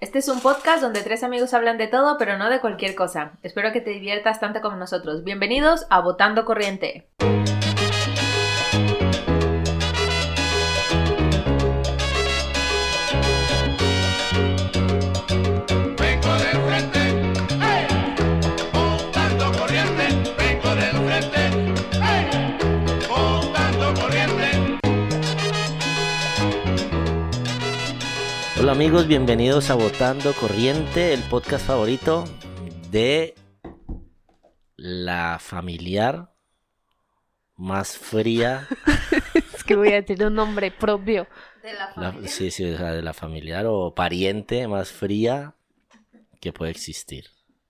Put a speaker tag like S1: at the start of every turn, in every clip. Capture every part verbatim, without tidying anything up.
S1: Este es un podcast donde tres amigos hablan de todo, pero no de cualquier cosa. Espero que te diviertas tanto como nosotros. Bienvenidos a Votando Corriente.
S2: Hola amigos, bienvenidos a Votando Corriente, el podcast favorito de la familiar más fría.
S3: Es que voy a tener un nombre propio.
S1: De la
S2: La,
S1: familia.
S2: sí, sí, o sea, de la familiar o pariente más fría que puede existir.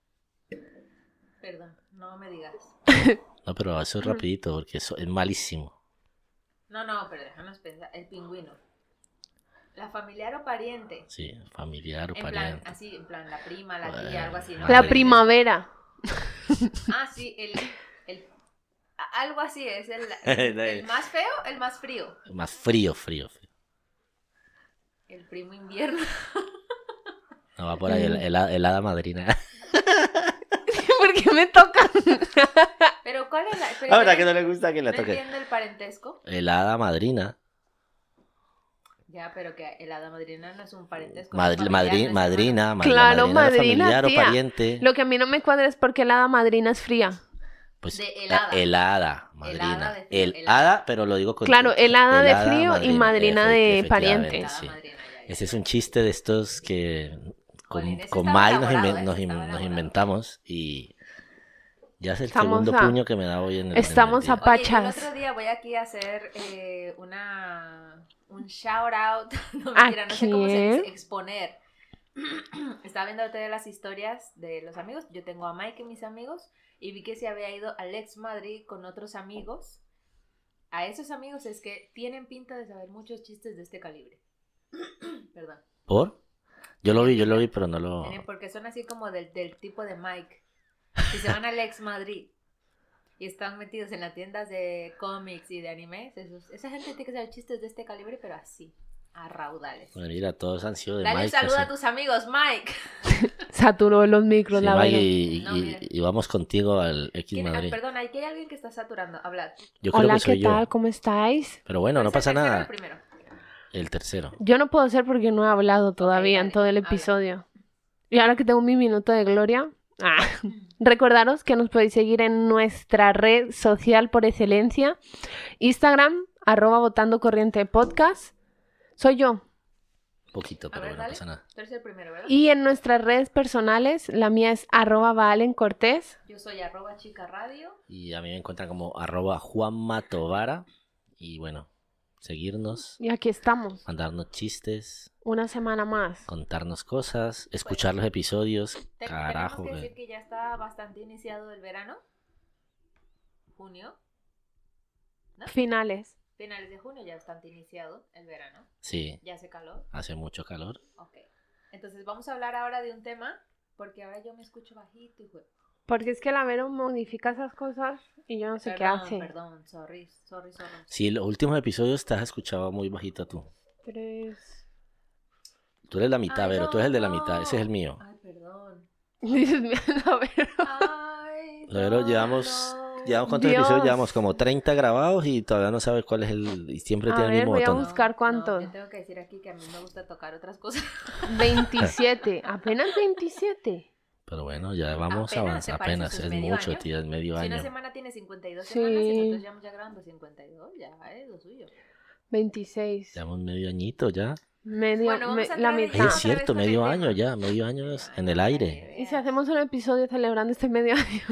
S1: Perdón, no me digas.
S2: No, pero eso es rapidito porque eso es malísimo.
S1: No, no, pero déjanos pensar. El pingüino. La familiar o pariente.
S2: Sí, familiar o
S1: En
S2: pariente.
S1: plan, así, en plan, la prima, la
S2: Bueno,
S1: tía, algo así, ¿no?
S2: vale.
S3: La primavera.
S1: Ah, sí, el, el... a- Algo así, es el, el, el más feo, el más frío.
S2: Más frío, frío, frío.
S1: El primo invierno.
S2: No va por ahí el, el, el hada madrina.
S3: ¿Por qué me tocan?
S1: Pero ¿cuál es la...? Pero
S2: Ahora
S1: yo
S2: que no le gusta que le
S1: no
S2: toque.
S1: entiendo el parentesco.
S2: El hada madrina.
S1: Ya, pero que el hada madrina no es un parentesco.
S2: Madri-
S1: es familiar,
S2: madri-
S1: no es
S2: madrina, ma-
S3: Claro,
S2: la madrina, la
S3: madrina,
S2: familiar
S3: tía.
S2: o pariente.
S3: Lo que a mí no me cuadra es porque la hada madrina es fría.
S2: Pues
S1: De
S2: la-
S1: helada.
S2: helada, madrina.
S1: Helada de frío,
S2: El
S1: helada.
S2: hada, pero lo digo con
S3: Claro, helada de frío y madrina
S2: efe-
S3: de
S2: efectivamente,
S3: pariente.
S1: Helada
S2: sí.
S1: madrina, ya, ya.
S2: Ese es un chiste de estos que con,
S1: Jolín, ese
S2: con
S1: estaba
S2: Mike nos,
S1: elaborado,
S2: inven-
S1: ¿eh?
S2: nos,
S1: Ese
S2: in-
S1: estaba
S2: nos
S1: elaborado.
S2: inventamos y ya es el
S3: Estamos
S2: segundo
S3: a-
S2: puño que me da hoy en el
S3: estamos
S2: en el
S3: a
S2: día.
S3: pa-
S1: Oye, yo el
S3: Pachas.
S1: otro día voy aquí a hacer eh, una un shout out, no
S3: ¿A
S1: mentira, no sé cómo se dice,
S3: quién?
S1: exponer. Estaba viendo todas las historias de los amigos. Yo tengo a Mike y mis amigos y vi que se había ido Alex Madrid con otros amigos. A esos amigos es que tienen pinta de saber muchos chistes de este calibre. Perdón.
S2: ¿Por? Yo lo vi, yo lo vi, pero no lo...
S1: Tienen- Porque son así como del, del tipo de Mike. Si se van al Alex Madrid y están metidos en las tiendas de cómics y de animes, esos- esa gente tiene que saber chistes de este calibre, pero así, a raudales.
S2: Bueno, mira, todos han sido de
S1: Dale un
S2: Mike.
S1: saludo
S2: así.
S1: a tus amigos, Mike.
S3: Saturó los micros,
S2: Sí,
S3: la
S2: Mike,
S3: verdad.
S2: y,
S1: No,
S2: y-
S1: mira.
S2: y vamos contigo al X
S1: ¿Quién- ah,
S2: Madrid.
S1: perdón, aquí hay alguien que está saturando. Hablad.
S2: Yo creo
S3: Hola,
S2: que soy
S3: ¿qué
S2: yo.
S3: tal? ¿Cómo estáis?
S2: Pero bueno, no
S1: ¿Puede ser
S2: pasa
S1: tercero o
S2: nada.
S1: el primero?
S2: El tercero.
S3: Yo no puedo ser porque no he hablado todavía
S1: dale,
S3: en todo el
S1: habla.
S3: episodio. Y ahora que tengo mi minuto de gloria, ah, recordaros que nos podéis seguir en nuestra red social por excelencia, Instagram, arroba votando corriente podcast. Soy yo.
S2: Poquito,
S1: A
S2: pero
S1: ver,
S2: bueno, no
S1: dale.
S2: pasa nada.
S1: Tú eres el primero, ¿verdad?
S3: Y en nuestras redes personales, la mía es arroba Valen Cortés.
S1: Yo soy arroba chica radio.
S2: Y a mí me encuentran como arroba Juanma Tovara. Y bueno, seguirnos,
S3: Y aquí estamos,
S2: mandarnos chistes,
S3: una semana más.
S2: contarnos cosas, escuchar los episodios.
S1: Te-
S2: Carajo,
S1: Tenemos que
S2: que-
S1: decir que ya está bastante iniciado el verano. Junio. ¿No?
S3: Finales.
S1: Finales de junio ya bastante iniciado el verano.
S2: sí,
S1: Ya hace calor.
S2: hace mucho calor.
S1: Ok. Entonces vamos a hablar ahora de un tema, porque ahora yo me escucho bajito y jue-
S3: Porque es que la Vero modifica esas cosas y yo no sé qué
S1: Perdón,
S3: hace.
S1: Perdón, sorry, sorry, sorry.
S2: Sí, los últimos episodios te has escuchado muy bajita tú.
S3: Tres.
S2: Tú eres la mitad,
S1: Ay,
S2: Vero, tú
S1: no,
S2: eres el de la
S1: no.
S2: mitad, ese es el mío.
S1: Ay, perdón.
S3: Dios mío, la Vero.
S1: Ay,
S2: La Vero,
S1: no,
S2: llevamos,
S1: no.
S2: llevamos ¿cuántos
S3: Dios.
S2: episodios? Llevamos como treinta grabados y todavía no sabes cuál es el... Y siempre
S3: A
S2: tiene el
S3: ver,
S2: mismo
S3: voy a
S2: botón.
S3: buscar
S1: No,
S3: cuántos.
S1: no, yo tengo que decir aquí que a mí me gusta tocar otras cosas.
S3: veintisiete. Apenas veintisiete.
S2: Pero bueno, ya vamos
S1: Apenas,
S2: avanzando.
S1: ¿te parece?
S2: Apenas,
S1: Eso es
S2: es
S1: medio
S2: mucho,
S1: año.
S2: tía, es medio
S1: Si una
S2: año.
S1: semana tiene cincuenta y dos
S3: Sí.
S1: semanas y nosotros llevamos ya grabando cincuenta y dos, ya es lo suyo.
S3: veintiséis.
S2: Llevamos medio añito ya.
S3: Medio,
S1: Bueno,
S3: me-
S1: vamos a
S3: la
S1: entrar de
S2: Ey,
S3: mitad.
S1: lleno.
S2: es
S1: otra
S2: cierto,
S1: vez con el
S2: medio
S1: tema.
S2: año ya, medio año es en el aire.
S3: ¿Y si hacemos un episodio celebrando este medio año?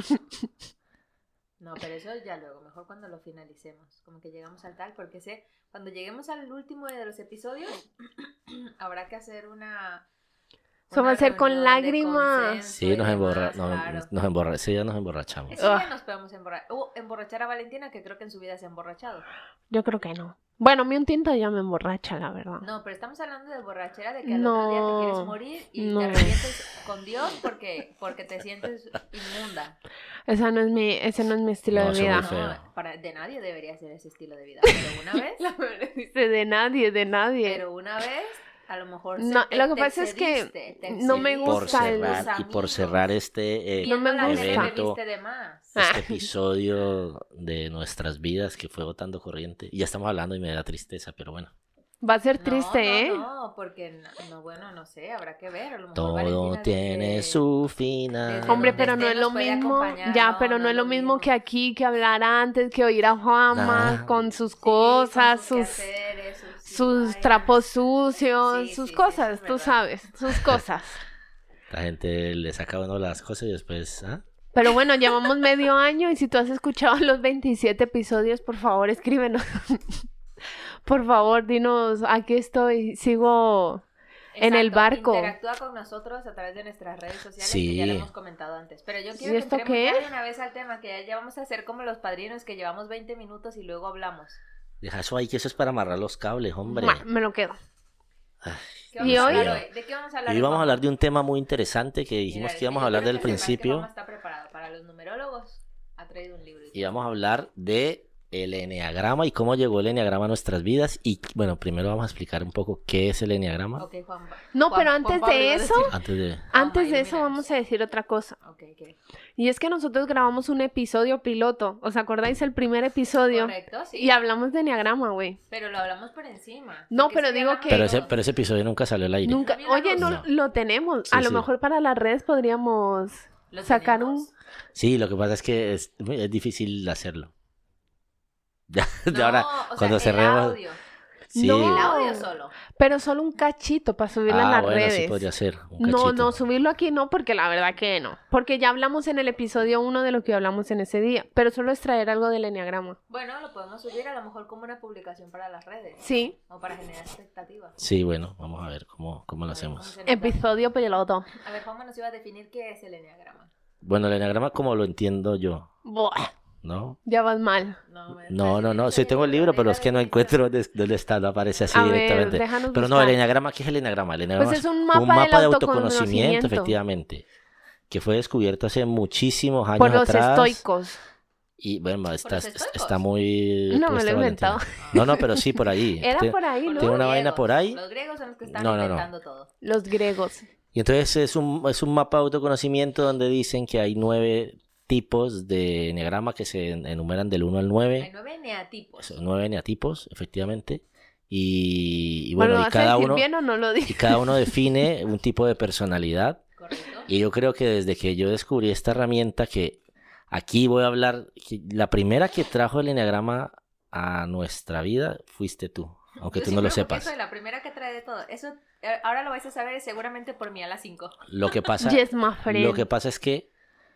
S1: No, pero eso ya luego, mejor cuando lo finalicemos, como que llegamos al tal, porque sé, cuando lleguemos al último de los episodios, habrá que hacer una...
S3: Eso va
S1: una
S3: a ser con
S1: reunión de
S3: lágrimas.
S1: consenso
S2: Sí,
S1: y
S2: nos, emborra
S1: demás,
S2: nos,
S1: claro.
S2: nos emborra ese día nos emborrachamos.
S1: Ese día
S3: Ah.
S1: nos podemos emborrachar. Uh, emborrachar a Valentina, que creo que en su vida se ha emborrachado.
S3: Yo creo que no. Bueno, a mí un tinto ya me emborracha, la verdad.
S1: No, pero estamos hablando de borrachera, de que al
S3: No,
S1: otro día te quieres morir y
S3: no.
S1: te arrepientes con Dios porque, porque te sientes inmunda.
S3: Esa no es mi, ese no es mi estilo
S2: No,
S3: de
S2: eso es
S3: vida.
S2: muy feo.
S1: No, para, de nadie debería ser ese estilo de vida. Pero una vez,
S3: La verdad dice de nadie, de nadie.
S1: pero una vez A lo mejor
S3: No,
S1: se te-
S3: lo que
S1: te
S3: pasa es que
S1: excediste, te
S3: no me
S1: excediste
S2: Por
S3: gusta el-
S1: con tus
S2: cerrar, y por
S1: amigos.
S2: cerrar este, eh,
S3: No me
S1: Viendo la tele
S3: gusta.
S2: evento,
S1: bebiste de más.
S3: Ah.
S2: este episodio de nuestras vidas que fue Botando Corriente. Y ya estamos hablando y me da tristeza, pero bueno.
S3: Va a ser
S1: No,
S3: triste,
S1: no,
S3: ¿eh?
S1: No, porque no, no, bueno, no sé, habrá que ver. A lo mejor
S2: Todo
S1: Valentina
S2: tiene
S1: desde-
S2: su final.
S1: desde
S3: Hombre,
S1: donde
S3: pero no
S1: esté
S3: es
S1: nos
S3: lo
S1: puede
S3: mismo.
S1: acompañar.
S3: Ya,
S1: No,
S3: pero no, es lo mismo que aquí, que hablar antes, que oír a Juanma
S2: Nah.
S3: con sus
S1: Sí, con
S3: cosas, sus,
S1: quehaceres, sus,
S3: sus
S1: vainas.
S3: trapos sucios,
S1: Sí,
S3: sus
S1: sí, sí,
S3: cosas,
S1: eso es
S3: tú
S1: verdad.
S3: sabes, sus cosas.
S2: La gente le saca a uno las cosas y después, ¿ah?
S3: Pero bueno, llevamos medio año y si tú has escuchado los veintisiete episodios, por favor, escríbenos. Por favor, dinos, aquí estoy, sigo en el
S1: Exacto,
S3: barco.
S1: Interactúa con nosotros a través de nuestras redes sociales,
S2: Sí.
S1: que ya lo hemos comentado antes. Pero yo
S3: ¿Y
S1: quiero que
S3: esto
S1: entremos
S3: qué?
S1: ya de una vez al tema, que ya, ya vamos a hacer como los padrinos, que llevamos veinte minutos y luego hablamos.
S2: Deja eso ahí, que eso es para amarrar los cables, hombre.
S3: Ma- me lo quedo.
S2: Ay,
S1: ¿Qué vamos
S3: ¿Y
S1: a
S3: hoy?
S1: hablar hoy? ¿De qué vamos a hablar
S2: y
S1: hoy,
S2: vamos a
S1: Juanma?
S2: hablar de un tema muy interesante que
S1: Mira,
S2: dijimos
S1: es
S2: que íbamos
S1: yo
S2: a hablar
S1: quiero
S2: del
S1: que sepas que
S2: principio.
S1: Juanma está preparado para los numerólogos. Ha traído un libro.
S2: Y vamos a hablar de el eneagrama y cómo llegó el eneagrama a nuestras vidas. Y bueno, primero vamos a explicar un poco qué es el eneagrama.
S1: Ok, Juanma.
S3: No,
S1: Juan-
S3: pero
S1: Juan
S3: antes
S1: Pablo
S3: de
S1: iba a
S3: eso,
S1: decir.
S2: Antes de...
S3: antes de
S1: Juanma,
S3: eso
S1: ilumínanos.
S3: vamos a decir otra cosa.
S1: Ok, ¿qué?
S3: Y es que nosotros grabamos un episodio piloto. ¿Os acordáis el primer episodio?
S1: Correcto, sí.
S3: Y hablamos de enneagrama, güey.
S1: Pero lo hablamos por encima.
S3: No,
S1: porque
S3: pero
S1: sí
S3: digo
S1: hablamos
S3: que-
S1: de
S2: Pero ese,
S1: todo.
S2: pero ese episodio nunca salió al aire.
S3: Nunca.
S1: ¿No vi la
S3: Oye, no,
S2: luz? No.
S3: lo tenemos.
S2: Sí,
S3: a lo
S2: sí.
S3: mejor para las redes podríamos
S1: ¿Lo
S3: sacar
S1: tenemos?
S3: un.
S2: Sí, lo que pasa es que es, es difícil hacerlo. Ya, de
S1: No,
S2: ahora,
S1: o sea,
S2: cuando
S1: el
S2: cerremos...
S1: audio.
S2: Sí.
S3: No.
S1: El audio solo.
S3: Pero solo un cachito para subirlo en
S2: Ah,
S3: las
S2: bueno,
S3: redes.
S2: sí podría ser. Un
S3: No,
S2: cachito.
S3: no, subirlo aquí no, porque la verdad que no. Porque ya hablamos en el episodio uno de lo que hablamos en ese día. Pero solo es traer algo del enneagrama.
S1: Bueno, lo podemos subir a lo mejor como una publicación para las redes.
S3: Sí.
S1: O para generar expectativas.
S2: Sí, bueno, vamos a ver cómo, cómo lo
S1: A ver cómo
S2: hacemos.
S1: se nota.
S3: Episodio piloto.
S1: A ver, Juanma nos iba a definir qué es el enneagrama.
S2: Bueno, el eneagrama como lo entiendo yo,
S3: Buah,
S2: ¿no?
S3: ya vas mal.
S1: No, me-
S2: No, no, no.
S1: ese
S2: Sí tengo el libro, pero es que no
S1: definición.
S2: encuentro des- dónde está, no aparece así
S3: A ver,
S2: directamente.
S3: déjanos
S2: Pero no,
S3: buscar.
S2: el eneagrama, ¿qué es el eneagrama? El eneagrama
S3: Pues es un mapa del
S2: de
S3: autoconocimiento.
S2: autoconocimiento, efectivamente, que fue descubierto hace muchísimos años
S3: Por los
S2: atrás.
S3: estoicos.
S2: Y bueno, está,
S1: los estoicos?
S2: está muy...
S3: No, me
S2: puesta,
S3: lo he inventado.
S2: Valentina. No, no, pero sí, por ahí.
S3: Era
S2: Tiene-
S3: por ahí,
S1: Por
S3: ¿no?
S2: Tiene
S1: los
S2: una vaina
S1: griegos.
S2: por ahí.
S1: Los griegos son los que están
S2: No, no, no.
S1: inventando todo.
S3: Los griegos.
S2: Y entonces es un, es un mapa de autoconocimiento donde dicen que hay nueve tipos de eneagrama que se enumeran del uno al
S1: Hay
S2: nueve.
S1: nueve eneatipos.
S2: Son nueve eneatipos, efectivamente. Y, y bueno,
S3: ¿lo
S2: y
S3: vas a
S2: cada
S3: decir
S2: uno
S3: bien o no lo
S2: y
S3: dices?
S2: cada uno define un tipo de personalidad.
S1: Correcto.
S2: Y yo creo que desde que yo descubrí esta herramienta, que aquí voy a hablar, que la primera que trajo el eneagrama a nuestra vida fuiste tú, aunque
S1: Yo
S2: tú no lo
S1: siempre porque
S2: sepas.
S1: soy la primera que trae de todo. Eso eh, ahora lo vais a saber seguramente por mí a las cinco.
S2: Lo que pasa,
S3: Yes, my friend.
S2: lo que pasa es que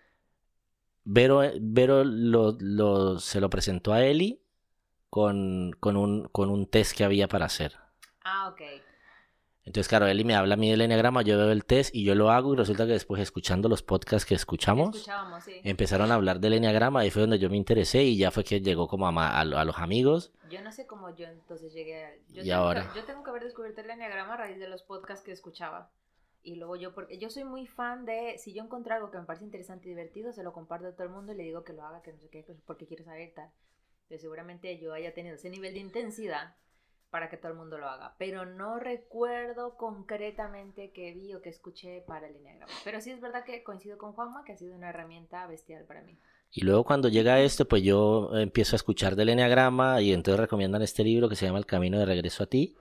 S2: Vero, Vero lo, lo- se lo presentó a Eli con, con, un, con un test que había para hacer.
S1: Ah, ok.
S2: Entonces, claro, Eli me habla a mí del eneagrama, yo veo el test y yo lo hago, y resulta que después, escuchando los podcasts que escuchamos,
S1: Escuchábamos, sí.
S2: empezaron a hablar del eneagrama y fue donde yo me interesé y ya fue que llegó como a, ma- a, lo- a los amigos.
S1: Yo no sé cómo yo entonces llegué a... Yo
S2: Y
S1: tengo
S2: ahora.
S1: Que, yo tengo que haber descubierto el enneagrama a raíz de los podcasts que escuchaba. Y luego yo, porque yo soy muy fan de, si yo encuentro algo que me parece interesante y divertido, se lo comparto a todo el mundo y le digo que lo haga, que no sé qué, pues, porque quiero saber tal. Entonces seguramente yo haya tenido ese nivel de intensidad para que todo el mundo lo haga. Pero no recuerdo concretamente qué vi o qué escuché para el enneagrama. Pero sí es verdad que coincido con Juanma, que ha sido una herramienta bestial para mí.
S2: Y luego cuando llega esto, pues yo empiezo a escuchar del eneagrama y entonces recomiendan este libro que se llama El Camino de Regreso a Ti.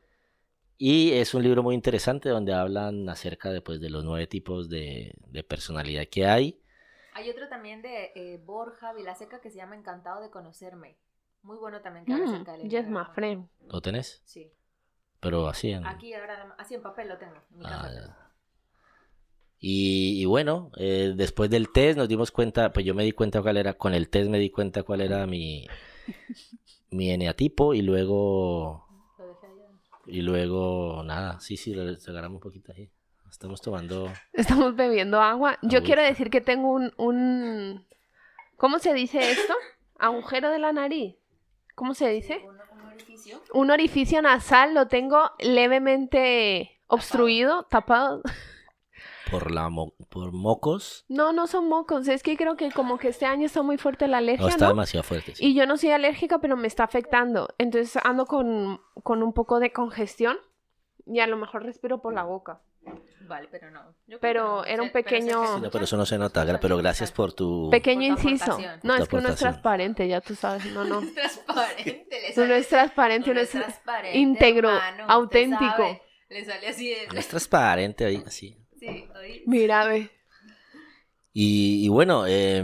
S2: Y es un libro muy interesante donde hablan acerca de, pues, de los nueve tipos de, de personalidad que hay.
S1: Hay otro también de eh, Borja Vilaseca que se llama Encantado de Conocerme. Muy bueno también que habla
S3: Mm,
S1: acerca del
S3: yes, my
S1: enneagrama.
S3: friend.
S2: ¿Lo tenés?
S1: Sí.
S2: Pero así en...
S1: Aquí ahora, así en papel lo tengo. En mi casa
S2: Ah,
S1: lo tengo.
S2: ya. Y, y bueno, eh, después del test nos dimos cuenta, pues yo me di cuenta cuál era, con el test me di cuenta cuál era mi, mi eneatipo y luego,
S1: Lo dejé ahí adentro.
S2: y luego, nada, sí, sí, lo lo agarramos un poquito ahí. Estamos tomando,
S3: Estamos bebiendo agua. Yo
S2: Agüita.
S3: quiero decir que tengo un, un... ¿Cómo se dice esto? Agujero de la nariz. ¿Cómo se dice?
S1: Un, un orificio.
S3: Un orificio nasal lo tengo levemente obstruido, tapado.
S2: por la mo- por mocos,
S3: No, no son mocos. Es que creo que como que este año está muy fuerte la
S2: no
S3: alergia,
S2: está
S3: ¿no?
S2: demasiado fuerte. Sí.
S3: Y yo no soy alérgica, pero me está afectando. Entonces ando con, con un poco de congestión. y a lo mejor respiro por la boca.
S1: Vale, pero no. Yo creo
S3: Pero
S1: que no.
S3: era un
S1: Se- pero se
S3: pequeño-
S2: Sí,
S1: escucha.
S2: no, pero eso no se nota, gra- pero gracias por tu...
S3: Pequeño
S1: Por tu
S3: inciso.
S1: aportación.
S3: No,
S2: Por tu
S3: es que uno es
S2: aportación.
S3: transparente, ya tú sabes. No, no.
S1: Es transparente. le
S3: Uno
S1: sale-
S3: es transparente, uno es
S1: transparente,
S3: íntegro,
S1: hermano, usted
S3: auténtico.
S1: sabe. Le sale así. de-
S2: Es transparente ahí, así.
S1: Sí, oí.
S3: Mira, ve.
S2: Y, y bueno, eh,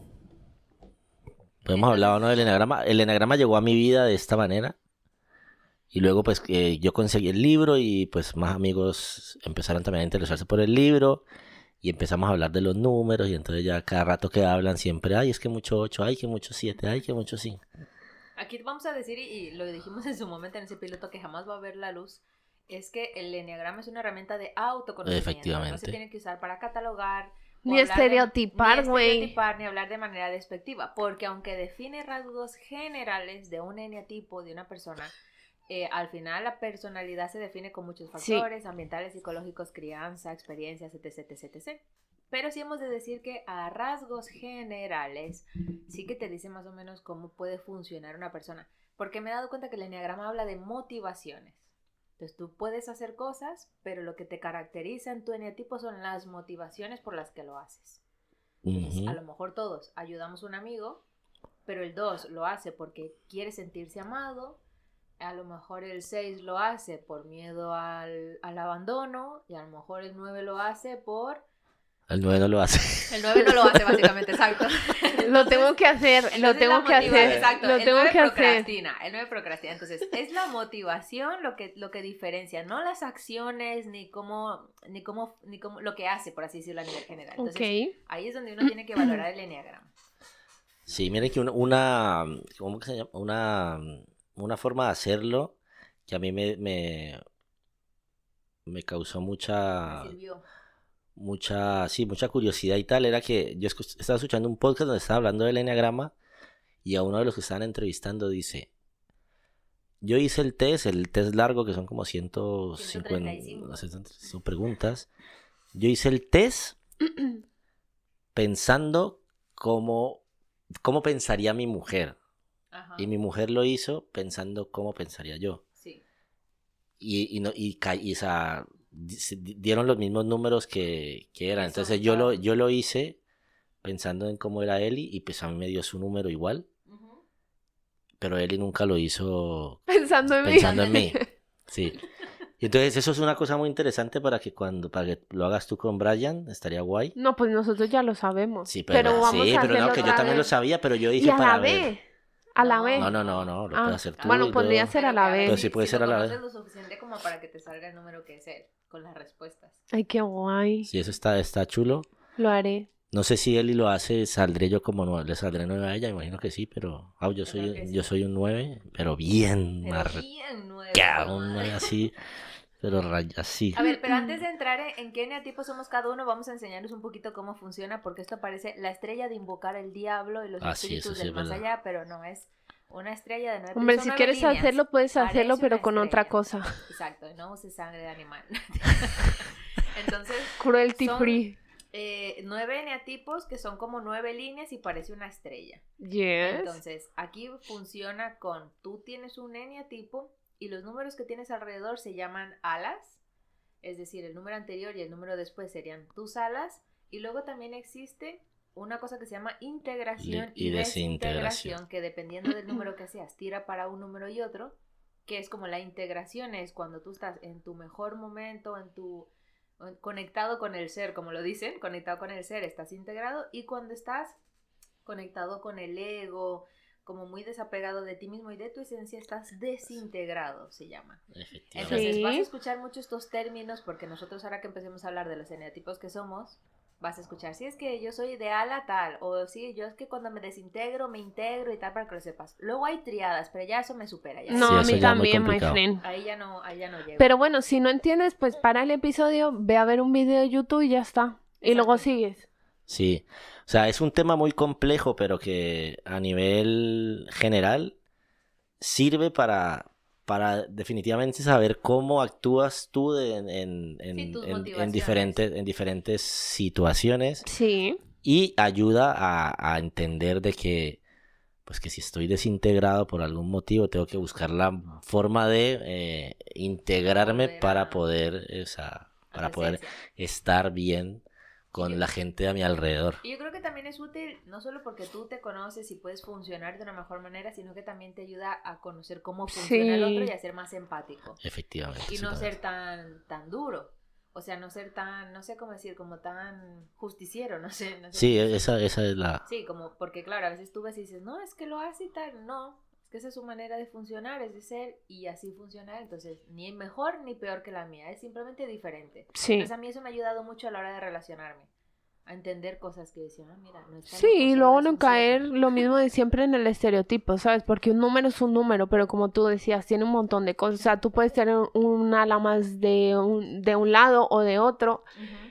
S2: pues hemos hablado, ¿no? del enagrama. El enagrama llegó a mi vida de esta manera. Y luego, pues, eh, yo conseguí el libro y, pues, más amigos empezaron también a interesarse por el libro. Y empezamos a hablar de los números. Y entonces ya cada rato que hablan siempre, ay, es que mucho ocho, ay, que mucho siete, ay, que mucho cinco.
S1: Aquí vamos a decir, y, y lo dijimos en su momento en ese piloto que jamás va a ver la luz, es que el enneagrama es una herramienta de autoconocimiento.
S2: Efectivamente.
S1: No se tiene que usar para catalogar. o
S3: Ni
S1: hablar de-
S3: estereotipar,
S1: Ni
S3: güey.
S1: estereotipar, ni hablar de manera despectiva. Porque aunque define rasgos generales de un eneatipo, de una persona, eh, al final la personalidad se define con muchos
S3: Sí.
S1: factores ambientales, psicológicos, crianza, experiencias, etc, etc, etcétera. Pero sí hemos de decir que a rasgos generales sí que te dice más o menos cómo puede funcionar una persona. Porque me he dado cuenta que el enneagrama habla de motivaciones. Entonces tú puedes hacer cosas, pero lo que te caracteriza en tu eneatipo son las motivaciones por las que lo haces. Entonces,
S2: Ujú.
S1: a lo mejor todos ayudamos a un amigo, pero el dos lo hace porque quiere sentirse amado. A lo mejor el seis lo hace por miedo al, al abandono. Y a lo mejor el nueve lo hace por...
S2: El nueve no lo hace.
S1: El nueve no lo hace básicamente, exacto.
S3: Lo tengo que hacer, lo
S1: Entonces,
S3: tengo
S1: la
S3: que
S1: motiva-
S3: hacer.
S1: Exacto,
S3: Lo
S1: el
S3: tengo
S1: nueve
S3: que hacer.
S1: procrastina, el nueve procrastina. Entonces, es la motivación lo que, lo que diferencia, no las acciones, ni cómo, ni cómo, ni cómo, lo que hace, por así decirlo, a nivel general. Entonces,
S3: Ok.
S1: ahí es donde uno tiene que valorar el enneagrama.
S2: Sí, miren que una, una, ¿cómo que se llama? Una, una forma de hacerlo que a mí me, me, me causó mucha,
S1: Me sirvió.
S2: mucha, sí, mucha curiosidad y tal, era que yo escu- estaba escuchando un podcast donde estaba hablando del enneagrama y a uno de los que estaban entrevistando dice, yo hice el test, el test largo que son como ciento cincuenta
S1: ciento treinta y cinco.
S2: no sé, son preguntas, yo hice el test pensando cómo, cómo pensaría mi mujer.
S1: Ajá.
S2: Y mi mujer lo hizo pensando cómo pensaría yo.
S1: Sí.
S2: Y, y, no, y, ca- y, o sea, di- se di- dieron los mismos números que, que eran.
S1: Eso,
S2: Entonces yo lo,
S1: claro.
S2: yo lo hice pensando en cómo era Eli y pues a mí me dio su número igual.
S1: Ujú.
S2: Pero Eli nunca lo hizo
S3: Pensando en mí.
S2: pensando en mí. Sí. Y entonces eso es una cosa muy interesante para que cuando para que lo hagas tú con Brian, estaría guay.
S3: No, pues nosotros ya lo sabemos.
S2: Sí, pero,
S3: pero vamos
S2: sí,
S3: a
S2: pero
S3: hacerlo
S2: no, que yo
S3: otra
S2: también
S3: vez.
S2: lo sabía, pero yo
S3: Y
S2: hice
S3: a
S2: para
S3: la
S2: ver.
S3: vez. A la
S1: No,
S3: vez.
S2: No, no, no, no, lo
S3: Ah,
S2: puedes hacer tú.
S3: bueno,
S2: y
S3: podría
S2: luego-
S3: ser a
S1: Pero
S3: la
S1: que
S3: vez.
S2: Pero
S1: ver
S2: sí puede
S1: si
S2: ser
S1: lo
S2: a la vez.
S1: conoces lo suficiente como para que te salga el número que es él, con las respuestas.
S3: Ay, qué guay.
S2: Sí, eso está, está chulo.
S3: Lo haré.
S2: No sé si Eli lo hace, saldré yo como nueve, le saldré nueve a ella, imagino que sí, pero ah, yo
S1: Yo
S2: soy
S1: creo que sí.
S2: yo soy un nueve, pero bien
S1: Pero
S2: marcado,
S1: bien nueve.
S2: un nueve así, pero raya así.
S1: A ver, pero antes de entrar en, en qué eneatipo somos cada uno, vamos a enseñarles un poquito cómo funciona, porque esto parece la estrella de invocar el diablo y los
S2: Ah, sí, eso
S1: espíritus
S2: sí
S1: del
S2: es
S1: más
S2: verdad.
S1: allá, pero no, es una estrella de nueve.
S3: Hombre,
S1: son
S3: si
S1: nueve
S3: quieres
S1: líneas.
S3: hacerlo, puedes
S1: Parece
S3: hacerlo, pero
S1: una
S3: con otra
S1: estrella.
S3: cosa.
S1: Exacto, no uses sangre de animal. Entonces,
S3: Cruelty
S1: Son-
S3: free.
S1: eh, nueve eneatipos que son como nueve líneas y parece una estrella.
S3: Yes.
S1: Entonces, aquí funciona con, tú tienes un eneatipo y los números que tienes alrededor se llaman alas, es decir, el número anterior y el número después serían tus alas, y luego también existe una cosa que se llama integración
S2: Y- y
S1: y,
S2: desintegración.
S1: desintegración, que dependiendo del número que seas, tira para un número y otro, que es como la integración, es cuando tú estás en tu mejor momento, en tu en- conectado con el ser, como lo dicen, conectado con el ser, estás integrado, y cuando estás conectado con el ego, como muy desapegado de ti mismo y de tu esencia, estás desintegrado, se llama.
S2: Efectivamente.
S1: Entonces
S3: Sí.
S1: vas a escuchar mucho estos términos, porque nosotros ahora que empecemos a hablar de los eneatipos que somos, vas a escuchar, si es que yo soy de ala tal, o sí, yo es que cuando me desintegro, me integro y tal, para que lo sepas. Luego hay triadas, pero ya eso me supera. Ya
S3: No,
S2: Sí,
S3: a
S2: eso
S3: mí
S2: ya es muy
S3: también, my
S2: complicado.
S3: friend.
S1: Ahí ya no, ahí ya no llego.
S3: Pero bueno, si no entiendes, pues para el episodio, ve a ver un video de YouTube y ya está. Y luego
S1: Exacto.
S3: sigues.
S2: Sí, o sea, es un tema muy complejo, pero que a nivel general sirve para, para definitivamente saber cómo actúas tú de- en, en, en,
S1: Sí, tus
S2: en- en
S1: motivaciones.
S2: diferentes, en diferentes situaciones
S3: Sí.
S2: y ayuda a, a entender de que pues que si estoy desintegrado por algún motivo, tengo que buscar la forma de eh, integrarme
S1: Volver
S2: para
S1: a-
S2: poder, esa,
S1: a
S2: para
S1: tu
S2: poder
S1: esencia.
S2: estar bien con
S1: yo-
S2: la gente a mi alrededor.
S1: Y yo creo que también es útil, no solo porque tú te conoces y puedes funcionar de una mejor manera, sino que también te ayuda a conocer cómo funciona el otro
S3: Sí.
S1: y a ser más empático.
S2: Efectivamente.
S1: Y no
S2: exactamente.
S1: ser tan, tan duro. O sea, no ser tan, no sé cómo decir, como tan justiciero, no sé. No sé
S2: Sí,
S1: cómo decir.
S2: esa, esa es la...
S1: Sí, como, porque claro, a veces tú ves y dices, no, es que lo hace y tal. No, es que esa es su manera de funcionar, es de ser y así funcionar. Entonces, ni mejor ni peor que la mía, es simplemente diferente.
S3: Sí.
S1: Entonces, a mí eso me ha ayudado mucho a la hora de relacionarme. A entender cosas que decía, ah, mira, no está
S3: Sí,
S1: loco,
S3: y
S1: solo
S3: luego
S1: es
S3: no
S1: un
S3: caer
S1: siete.
S3: lo mismo de siempre en el estereotipo, ¿sabes? Porque un número es un número, pero como tú decías, tiene un montón de cosas. O sea, tú puedes tener un ala más de un, de un lado o de otro,
S1: Ujú.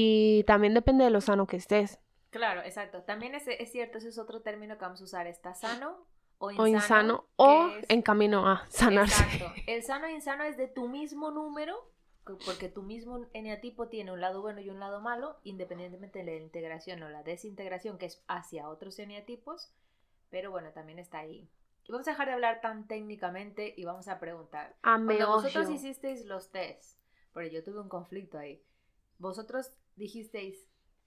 S3: y también depende de lo sano que estés.
S1: Claro, exacto. También es, es cierto, ese es otro término que vamos a usar, está sano o
S3: O
S1: insano,
S3: insano,
S1: que
S3: o
S1: es-
S3: en camino a sanarse.
S1: Exacto. El sano e insano es de tu mismo número, co- porque tu mismo eneatipo tiene un lado bueno y un lado malo, independientemente de la integración o la desintegración, que es hacia otros eneatipos, pero bueno, también está ahí. Y vamos a dejar de hablar tan técnicamente y vamos a preguntar. Cuando vosotros
S3: Ameogio.
S1: hicisteis los test, porque yo tuve un conflicto ahí, vosotros dijisteis,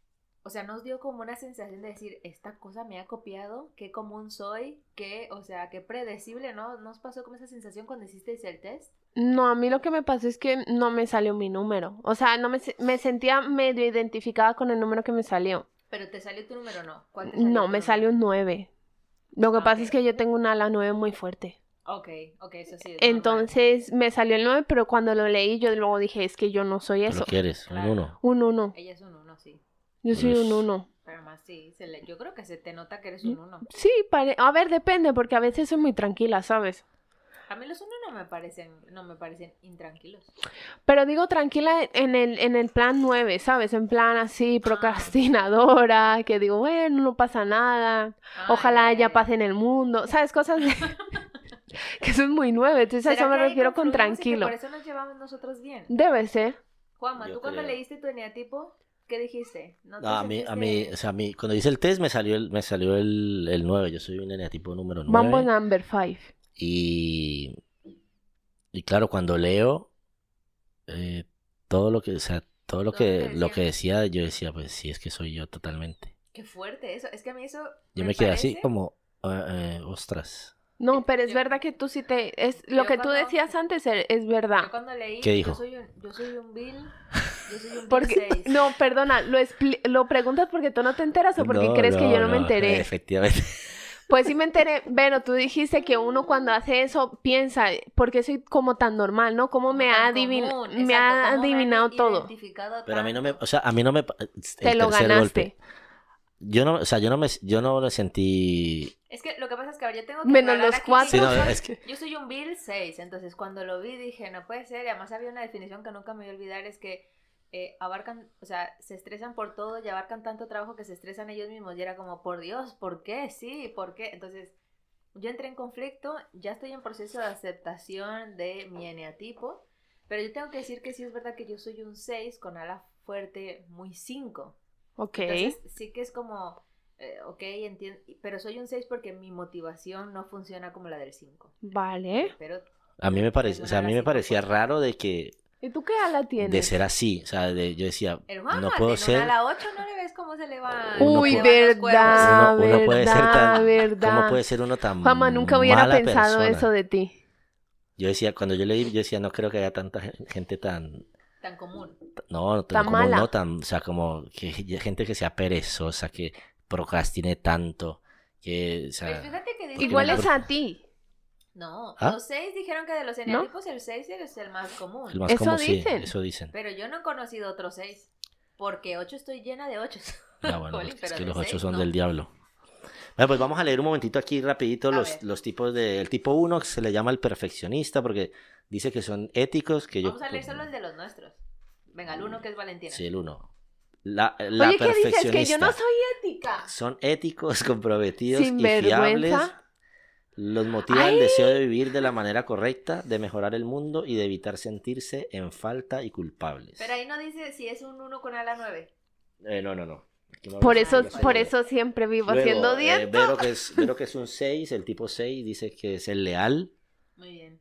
S1: o sea, nos dio como una sensación de decir, esta cosa me ha copiado, qué común soy, qué, o sea, qué predecible, ¿no? ¿Nos pasó como esa sensación cuando hicisteis el test?
S3: No, a mí lo que me pasó es que no me salió mi número. O sea, no me, se- me sentía medio identificada con el número que me salió.
S1: Pero te salió tu número, ¿no? ¿Cuál te salió
S3: No,
S1: tu
S3: me
S1: número?
S3: salió un nueve. Lo que
S1: Ah,
S3: pasa
S1: ok.
S3: es que yo tengo un ala nueve muy fuerte.
S1: Ok, ok, eso sí es normal.
S3: Entonces me salió el nueve, pero cuando lo leí yo luego dije, es que yo no soy
S2: ¿Tú
S3: eso.
S2: lo quieres? Un
S1: Claro.
S2: uno.
S3: Un uno.
S1: Ella es un uno, sí.
S3: Yo soy
S2: Pues-
S3: un uno.
S1: Pero más sí, se le- yo creo que se te nota que eres un uno.
S3: Sí, pare- a ver, depende, porque a veces soy muy tranquila, ¿sabes?
S1: A mí los uno no me parecen, no me parecen intranquilos.
S3: Pero digo tranquila en el, en el plan nueve, ¿sabes? En plan así,
S1: Ah.
S3: procrastinadora, que digo, bueno, no pasa nada.
S1: Ah,
S3: Ojalá
S1: ya,
S3: haya
S1: ya, ya.
S3: paz en el mundo, ¿sabes? Cosas de... que son muy nueve, entonces a
S1: ¿Será
S3: eso me
S1: que ahí
S3: refiero con
S1: confluimos y que
S3: tranquilo.
S1: por eso nos llevamos nosotros bien?
S3: Debe ser.
S1: Juanma,
S2: Yo
S1: ¿tú cuando
S2: creo.
S1: leíste tu eneatipo, qué dijiste? ¿No te
S2: No, a mí, a mí,
S1: sentiste-
S2: o sea, a mí, cuando hice el test me salió el, me salió el, el nueve. Yo soy un eneatipo número
S3: Mambo
S2: nueve.
S3: number five.
S2: Y, y claro, cuando leo eh, todo lo que, o sea, todo lo
S1: Todo lo
S2: que,
S1: que
S2: lo que
S1: decían.
S2: decía, yo decía, pues sí, es que soy yo totalmente.
S1: Qué fuerte eso. Es que a mí eso
S2: Yo
S1: me,
S2: me quedé así
S1: parece-
S2: como, eh, eh, ostras.
S3: No, pero es
S1: Yo-
S3: verdad que tú sí te... Es, lo
S1: yo
S3: que tú
S1: cuando-
S3: decías antes es, es verdad.
S1: Yo cuando leí,
S2: ¿Qué dijo?
S1: yo soy un, yo soy un Bill, yo soy un Bill
S3: Porque,
S1: seis.
S3: no, perdona, ¿lo, expli- ¿lo preguntas porque tú no te enteras o porque
S2: No,
S3: crees que
S2: no,
S3: yo no, me
S2: no,
S3: enteré?
S2: Efectivamente.
S3: Pues sí me enteré, pero tú dijiste que uno cuando hace eso piensa, ¿por qué soy como tan normal, no? ¿Cómo
S1: Como
S3: me
S1: tan
S3: ha, adivin-
S1: común,
S3: me
S1: exacto,
S3: ha
S1: cómo me han
S3: adivinado todo?
S1: identificado
S2: Pero a mí no me,
S1: tanto.
S2: o sea, a mí no me, el
S3: Te lo
S2: tercer
S3: ganaste.
S2: golpe. Yo no, o sea, yo no me, yo no lo sentí.
S1: Es que lo que pasa es que ahora yo tengo que
S3: Menos
S1: aclarar
S3: los
S1: aquí
S3: cuatro.
S1: que
S2: Sí,
S1: yo
S2: no,
S1: soy-
S2: es que-
S1: Yo soy un Bill seis, entonces cuando lo vi dije, no puede ser, y además había una definición que nunca me voy a olvidar, es que eh, abarcan, o sea, se estresan por todo y abarcan tanto trabajo que se estresan ellos mismos, y era como, por Dios, ¿por qué? Sí, ¿por qué? Entonces, yo entré en conflicto, ya estoy en proceso de aceptación de mi eneatipo, pero yo tengo que decir que sí es verdad que yo soy un seis con ala fuerte muy cinco.
S3: Ok.
S1: Entonces, sí que es como, eh, ok, entiendo, pero soy un seis porque mi motivación no funciona como la del cinco.
S3: Vale.
S1: Pero
S2: A mí me parece,
S1: tengo
S2: o sea, a
S1: una
S2: mí me
S1: ala
S2: parecía
S1: cinco fuerte.
S2: raro de que,
S3: ¿Y tú qué ala tienes?
S2: de ser así, o sea, de, yo decía,
S1: El Juanma,
S2: no puedo
S1: en
S2: ser,
S1: una ala ocho no le ves cómo se le va.
S2: Uno
S3: Uy,
S2: pu-
S3: verdad,
S2: uno, uno puede ser
S3: verdad,
S2: tan,
S3: verdad.
S2: ¿cómo puede ser uno tan
S3: Juanma, nunca hubiera
S2: mala
S3: pensado
S2: persona?
S3: eso de ti.
S2: Yo decía, cuando yo leí, yo decía, no creo que haya tanta gen- gente tan,
S1: Tan común.
S2: no,
S3: Tan
S2: como
S3: mala.
S2: no tan, o sea, como que gente que sea perezosa, que procrastine tanto, que, o
S1: Pues
S2: sea,
S1: fíjate que dice
S3: Igual
S1: que
S3: es
S1: los-
S3: a ti.
S1: No,
S2: ¿Ah?
S1: los seis dijeron que de los eneatipos el seis es el más común.
S2: el más
S3: Eso
S2: común, sí,
S3: dicen.
S2: eso dicen.
S1: Pero yo no he conocido otro seis. Porque ocho estoy llena de ochos.
S2: Ah, bueno,
S1: Jolín,
S2: porque es
S1: pero
S2: que
S1: de
S2: los ocho
S1: seis,
S2: son
S1: no.
S2: del diablo. Bueno, pues vamos a leer un momentito aquí rapidito
S1: A
S2: los,
S1: ver.
S2: los tipos de... El tipo uno que se le llama el perfeccionista porque dice que son éticos, que yo...
S1: Vamos a leer solo el de los nuestros. Venga, el uno que es Valentina.
S2: Sí, el uno. La, la
S3: Oye, ¿qué dices? Que
S2: perfeccionista.
S3: yo no soy ética.
S2: Son éticos, comprometidos y
S3: Sinvergüenza.
S2: fiables. Los motiva el
S3: ¡Ay!
S2: deseo de vivir de la manera correcta, de mejorar el mundo y de evitar sentirse en falta y culpables.
S1: Pero ahí no dice si es un uno con ala nueve.
S2: Eh, no, no, no. Aquí no
S3: Por
S2: habla
S3: eso,
S2: sobre la
S3: por
S2: señora.
S3: eso siempre vivo
S2: Luego,
S3: haciendo
S2: eh,
S3: dieta.
S2: Vero, que es, Vero que es un seis, el tipo seis dice que es el leal
S1: Muy bien.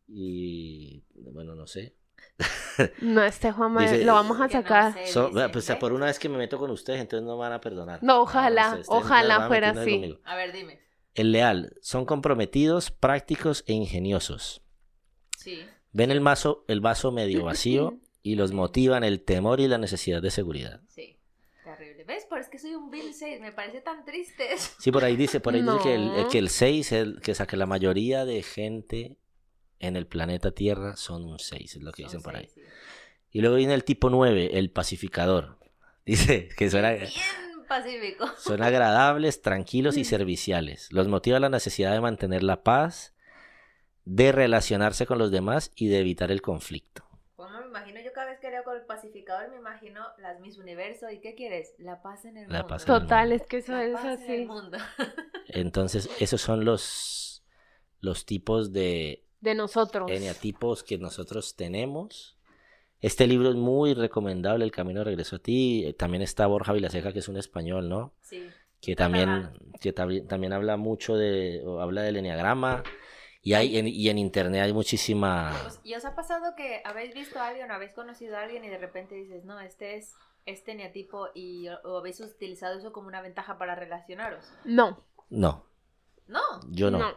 S2: y bueno, no sé.
S3: No, este Juanma
S2: Dice-
S3: lo vamos a
S1: Que no
S3: sacar.
S1: sé,
S2: So-
S1: dicen,
S2: pues
S1: ¿ves?
S2: por una vez que me meto con ustedes, entonces no me van a perdonar.
S3: No, ojalá,
S2: ustedes- ustedes
S3: ojalá
S2: van
S3: fuera
S2: metiéndose
S3: así.
S2: conmigo.
S1: A ver, dime.
S2: El leal, son comprometidos, prácticos e ingeniosos.
S1: Sí.
S2: Ven el vaso, el vaso medio vacío y los motivan el temor y la necesidad de seguridad.
S1: Sí. Terrible. ¿Ves? Pero es que soy un Bill seis. Me parece tan triste eso.
S2: Sí, por ahí dice, por ahí dice que el,
S3: No.
S2: que el seis, el, que, o sea, que la mayoría de gente en el planeta Tierra son un seis, es lo que
S1: Son
S2: dicen por ahí.
S1: seis, sí.
S2: Y luego viene el tipo nueve, el pacificador. Dice que suena,
S1: Bien pacífico.
S2: son agradables, tranquilos y serviciales. Los motiva la necesidad de mantener la paz, de relacionarse con los demás y de evitar el conflicto.
S1: Como me imagino yo cada vez que leo con el pacificador, me imagino las Miss Universo. ¿Y qué quieres? La paz en el
S2: La
S1: mundo.
S2: paz en el
S3: Total, es que eso
S1: La
S3: es
S1: paz en el
S3: así.
S1: mundo.
S2: Entonces, esos son los, los tipos de
S3: De nosotros.
S2: eneatipos que nosotros tenemos. Este libro es muy recomendable, El Camino de Regreso a Ti. Eh, También está Borja Vilaseca, que es un español, ¿no?
S1: Sí.
S2: Que también, que tabi- también habla mucho de, o habla del eneagrama. Y, hay, en, y en internet hay muchísima...
S1: Pues, ¿y os ha pasado que habéis visto a alguien o habéis conocido a alguien y de repente dices, no, este es este eneatipo y o habéis utilizado eso como una ventaja para relacionaros?
S3: No.
S2: No,
S1: No.
S2: yo no.
S3: No.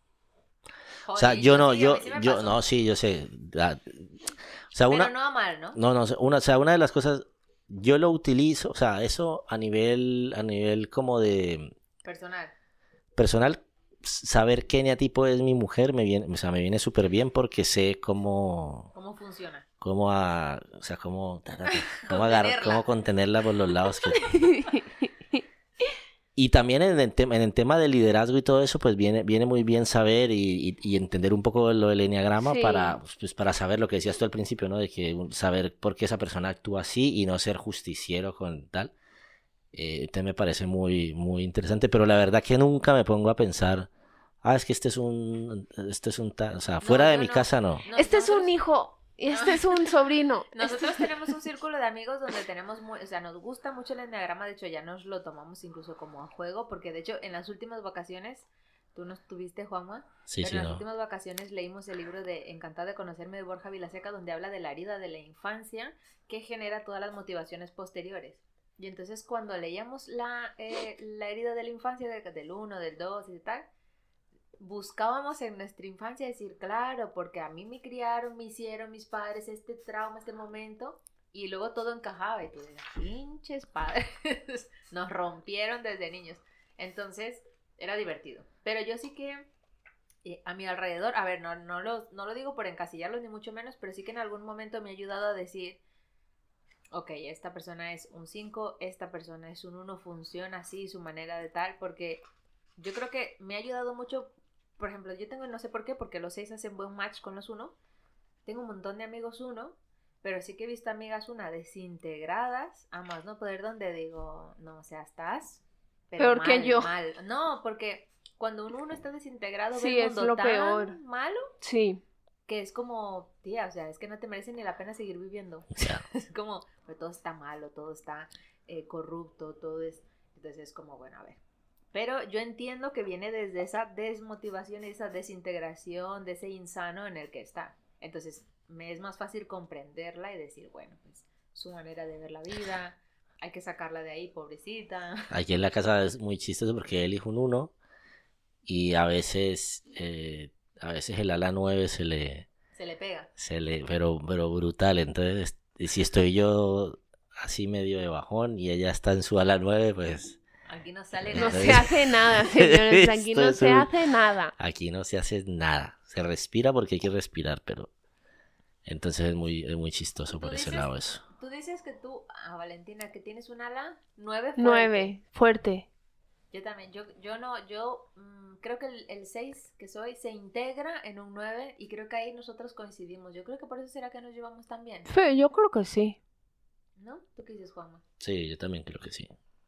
S2: O sea,
S1: Joder,
S2: yo no,
S1: sí, a
S2: yo,
S1: mí sí me
S2: yo,
S1: pasó.
S2: no, sí, yo sé. Ah, O sea, una...
S1: Pero no a mal, ¿no?
S2: No, no, una, o sea, una de las cosas, yo lo utilizo, o sea, eso a nivel, a nivel como de
S1: Personal.
S2: personal, saber qué eneatipo es mi mujer me viene, o sea, me viene súper bien porque sé cómo,
S1: ¿Cómo funciona?
S2: cómo a, o sea, cómo, ta, ta, ta, cómo agarrar,
S1: Contenerla.
S2: cómo contenerla por los lados que... Y también en el, tema, en el tema del liderazgo y todo eso, pues viene, viene muy bien saber y, y, y entender un poco lo del eneagrama
S3: Sí.
S2: para, pues, para saber lo que decías tú al principio, ¿no? De que un- saber por qué esa persona actúa así y no ser justiciero con tal. Eh, te me parece muy, muy interesante, pero la verdad que nunca me pongo a pensar, ah, es que este es un, este es un tal, o sea, fuera
S1: No,
S2: de
S1: yo
S2: mi
S1: no.
S2: casa no.
S1: No,
S3: Este es
S1: nosotros-
S3: un hijo y este es un sobrino.
S1: Nosotros tenemos un círculo de amigos donde tenemos, muy, o sea, nos gusta mucho el enneagrama, de hecho ya nos lo tomamos incluso como a juego, porque de hecho en las últimas vacaciones, tú no estuviste, Juanma,
S2: Sí,
S1: pero
S2: sí,
S1: en las
S2: no.
S1: últimas vacaciones leímos el libro de Encantada de conocerme de Borja Vilaseca, donde habla de la herida de la infancia que genera todas las motivaciones posteriores. Y entonces cuando leíamos la, eh, la herida de la infancia, de- del uno, del dos y tal, buscábamos en nuestra infancia decir, claro, porque a mí me criaron, me hicieron mis padres este trauma, este momento, y luego todo encajaba, y tú dices, pinches padres, nos rompieron desde niños. Entonces, era divertido. Pero yo sí que, eh, a mi alrededor, a ver, no, no, lo, no lo digo por encasillarlos ni mucho menos, pero sí que en algún momento me ha ayudado a decir, ok, esta persona es un cinco, esta persona es un uno, funciona así, su manera de tal, porque yo creo que me ha ayudado mucho. Por ejemplo, yo tengo, no sé por qué, porque los seis hacen buen match con los uno. Tengo un montón de amigos uno, pero sí que he visto amigas una desintegradas, a más no poder, donde digo, no, o sea, estás pero
S3: Peor
S1: mal,
S3: que yo.
S1: mal. No, porque cuando uno uno está desintegrado,
S3: Sí,
S1: ve el
S3: es
S1: mundo
S3: lo
S1: tan
S3: peor.
S1: malo
S3: Sí.
S1: que es como, tía, o sea, es que no te merece ni la pena seguir viviendo.
S2: O sea,
S1: Es como, pues todo está malo, todo está eh, corrupto, todo es... Entonces es como, bueno, a ver. Pero yo entiendo que viene desde esa desmotivación y esa desintegración, de ese insano en el que está. Entonces me es más fácil comprenderla y decir, bueno, pues su manera de ver la vida, hay que sacarla de ahí, pobrecita.
S2: aquí en la casa es muy chistoso porque él hizo un uno y a veces, eh, a veces el ala nueve se le,
S1: Se le pega.
S2: se le, pero, pero brutal. Entonces, y si estoy yo así medio de bajón y ella está en su ala nueve, pues
S1: Aquí no sale
S3: No
S1: nada.
S3: se hace nada, señores. Aquí
S2: Esto
S3: no
S2: es
S3: se
S2: un-
S3: hace nada.
S2: aquí no se hace nada. Se respira porque hay que respirar, pero entonces es muy, es muy chistoso por
S1: ¿Tú
S2: ese
S1: dices?
S2: lado eso.
S1: Tú dices que tú, ah, Valentina, que tienes un ala nueve.
S3: Nueve. Fuerte.
S1: Yo también, yo, yo no, yo mm, creo que el, el seis que soy se integra en un nueve y creo que ahí nosotros coincidimos. Yo creo que por eso será que nos llevamos tan bien,
S3: Sí, yo creo que sí.
S1: ¿no? ¿Tú qué dices, Juanma?
S2: Sí, yo también creo que sí.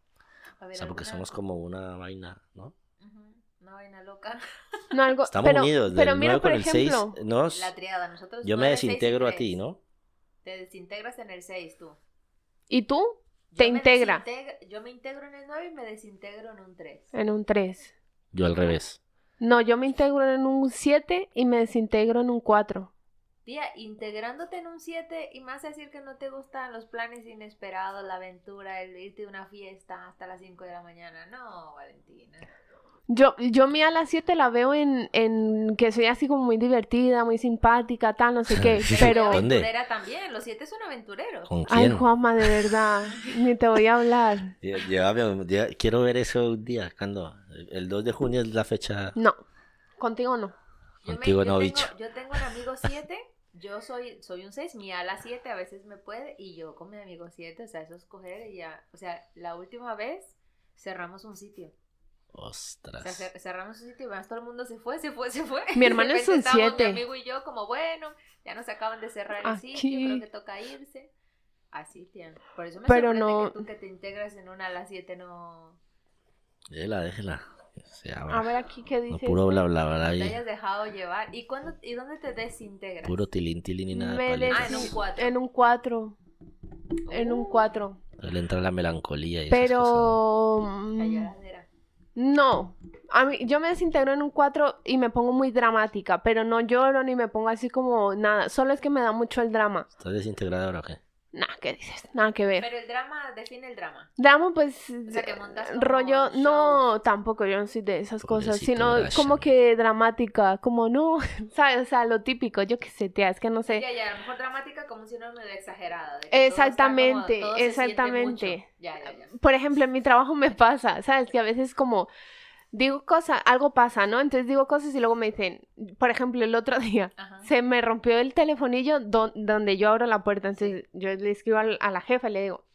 S1: A
S2: O
S1: ver,
S2: sea, porque
S1: alguna-
S2: somos como una vaina, ¿no?
S1: Ujú, una vaina loca.
S3: No, algo...
S2: Estamos
S3: pero,
S2: unidos. Del
S3: pero mira,
S2: nueve
S3: por
S2: con el seis,
S3: ejemplo...
S2: nos...
S1: La triada, nosotros
S2: yo me
S1: nueve, seis y
S2: desintegro a
S1: tres.
S2: ti, ¿no?
S1: Te desintegras en el seis tú.
S3: ¿Y tú? te
S1: Yo me
S3: integra
S1: desintegro- Yo me integro en el nueve y me desintegro en un tres.
S3: en un tres.
S2: Yo al revés.
S3: No, yo me integro en un siete y me desintegro en un cuatro.
S1: Tía, integrándote en un siete y más a decir que no te gustan los planes inesperados, la aventura, el irte a una fiesta hasta las cinco de la mañana. No, Valentina.
S3: Yo, yo mi a las siete la veo en, en que soy así como muy divertida, muy simpática, tal, no sé qué, pero...
S1: Soy
S2: ¿Dónde?
S1: aventurera también, los siete son aventureros.
S2: ¿Con
S3: Ay,
S2: quién?
S3: Juanma, de verdad, ni te voy a hablar.
S2: Lle- llévame, lle- quiero ver eso un día. ¿Cuándo? El dos de junio es la fecha.
S3: No, contigo no.
S1: Yo me-
S2: Contigo
S1: yo
S2: no,
S1: tengo-
S2: bicho.
S1: Yo tengo un amigo siete, yo soy, soy un seis, mi ala siete a veces me puede, y yo con mi amigo siete, o sea, eso es coger y ya. O sea, la última vez cerramos un sitio. O sea,
S2: Ostras.
S1: cer- cerramos un sitio y más todo el mundo se fue, se fue, se fue.
S3: Mi hermano
S1: De
S3: es un
S1: repente estábamos
S3: siete.
S1: Mi amigo y yo como, bueno, ya nos acaban de cerrar el
S3: Aquí.
S1: sitio, creo que toca irse. Así, tía. Por eso me
S3: Pero
S1: sorprende
S3: no-
S1: que tú que te integras en una a las siete no...
S2: Déjela, déjela. Que se abra.
S3: A ver aquí qué
S2: No
S3: dice.
S2: puro
S3: este.
S2: bla bla bla
S1: te
S2: y
S1: hayas dejado llevar. ¿Y, cuándo, ¿Y dónde te desintegras?
S2: puro tilín tilín y nada de
S3: Me
S2: paletas.
S1: Ah, en un cuatro.
S3: En un cuatro. En un
S1: Uh,
S3: cuatro.
S2: Le entra la melancolía y esas cosas.
S3: Pero...
S1: La
S3: mm,
S1: lloradera.
S3: no. A mí, yo me desintegro en un cuatro y me pongo muy dramática, pero no lloro ni me pongo así como nada. Solo es que me da mucho el drama.
S2: ¿Estás desintegrada ahora o qué?
S3: Nah, ¿qué dices? Nada que ver.
S1: Pero el drama, define el drama.
S3: Drama, pues,
S1: O sea, que montas como
S3: rollo,
S1: shows.
S3: no, tampoco, yo no soy de esas cosas,
S2: Pobrecito
S3: sino
S2: Grasha.
S3: como que dramática, como no, ¿sabes? O sea, lo típico, yo qué sé, tía, es que no sé.
S1: Ya, ya, a lo mejor dramática como si no medio exagerada. de que todo está
S3: Exactamente,
S1: como- todo se siente
S3: exactamente.
S1: mucho. Ya, ya, ya.
S3: Por ejemplo, en mi trabajo me pasa, ¿sabes? Que a veces como digo cosas, algo pasa, ¿no? Entonces digo cosas y luego me dicen, por ejemplo, el otro día
S1: Ajá.
S3: se me rompió el telefonillo don- donde yo abro la puerta, entonces yo le escribo al- a la jefa y le digo,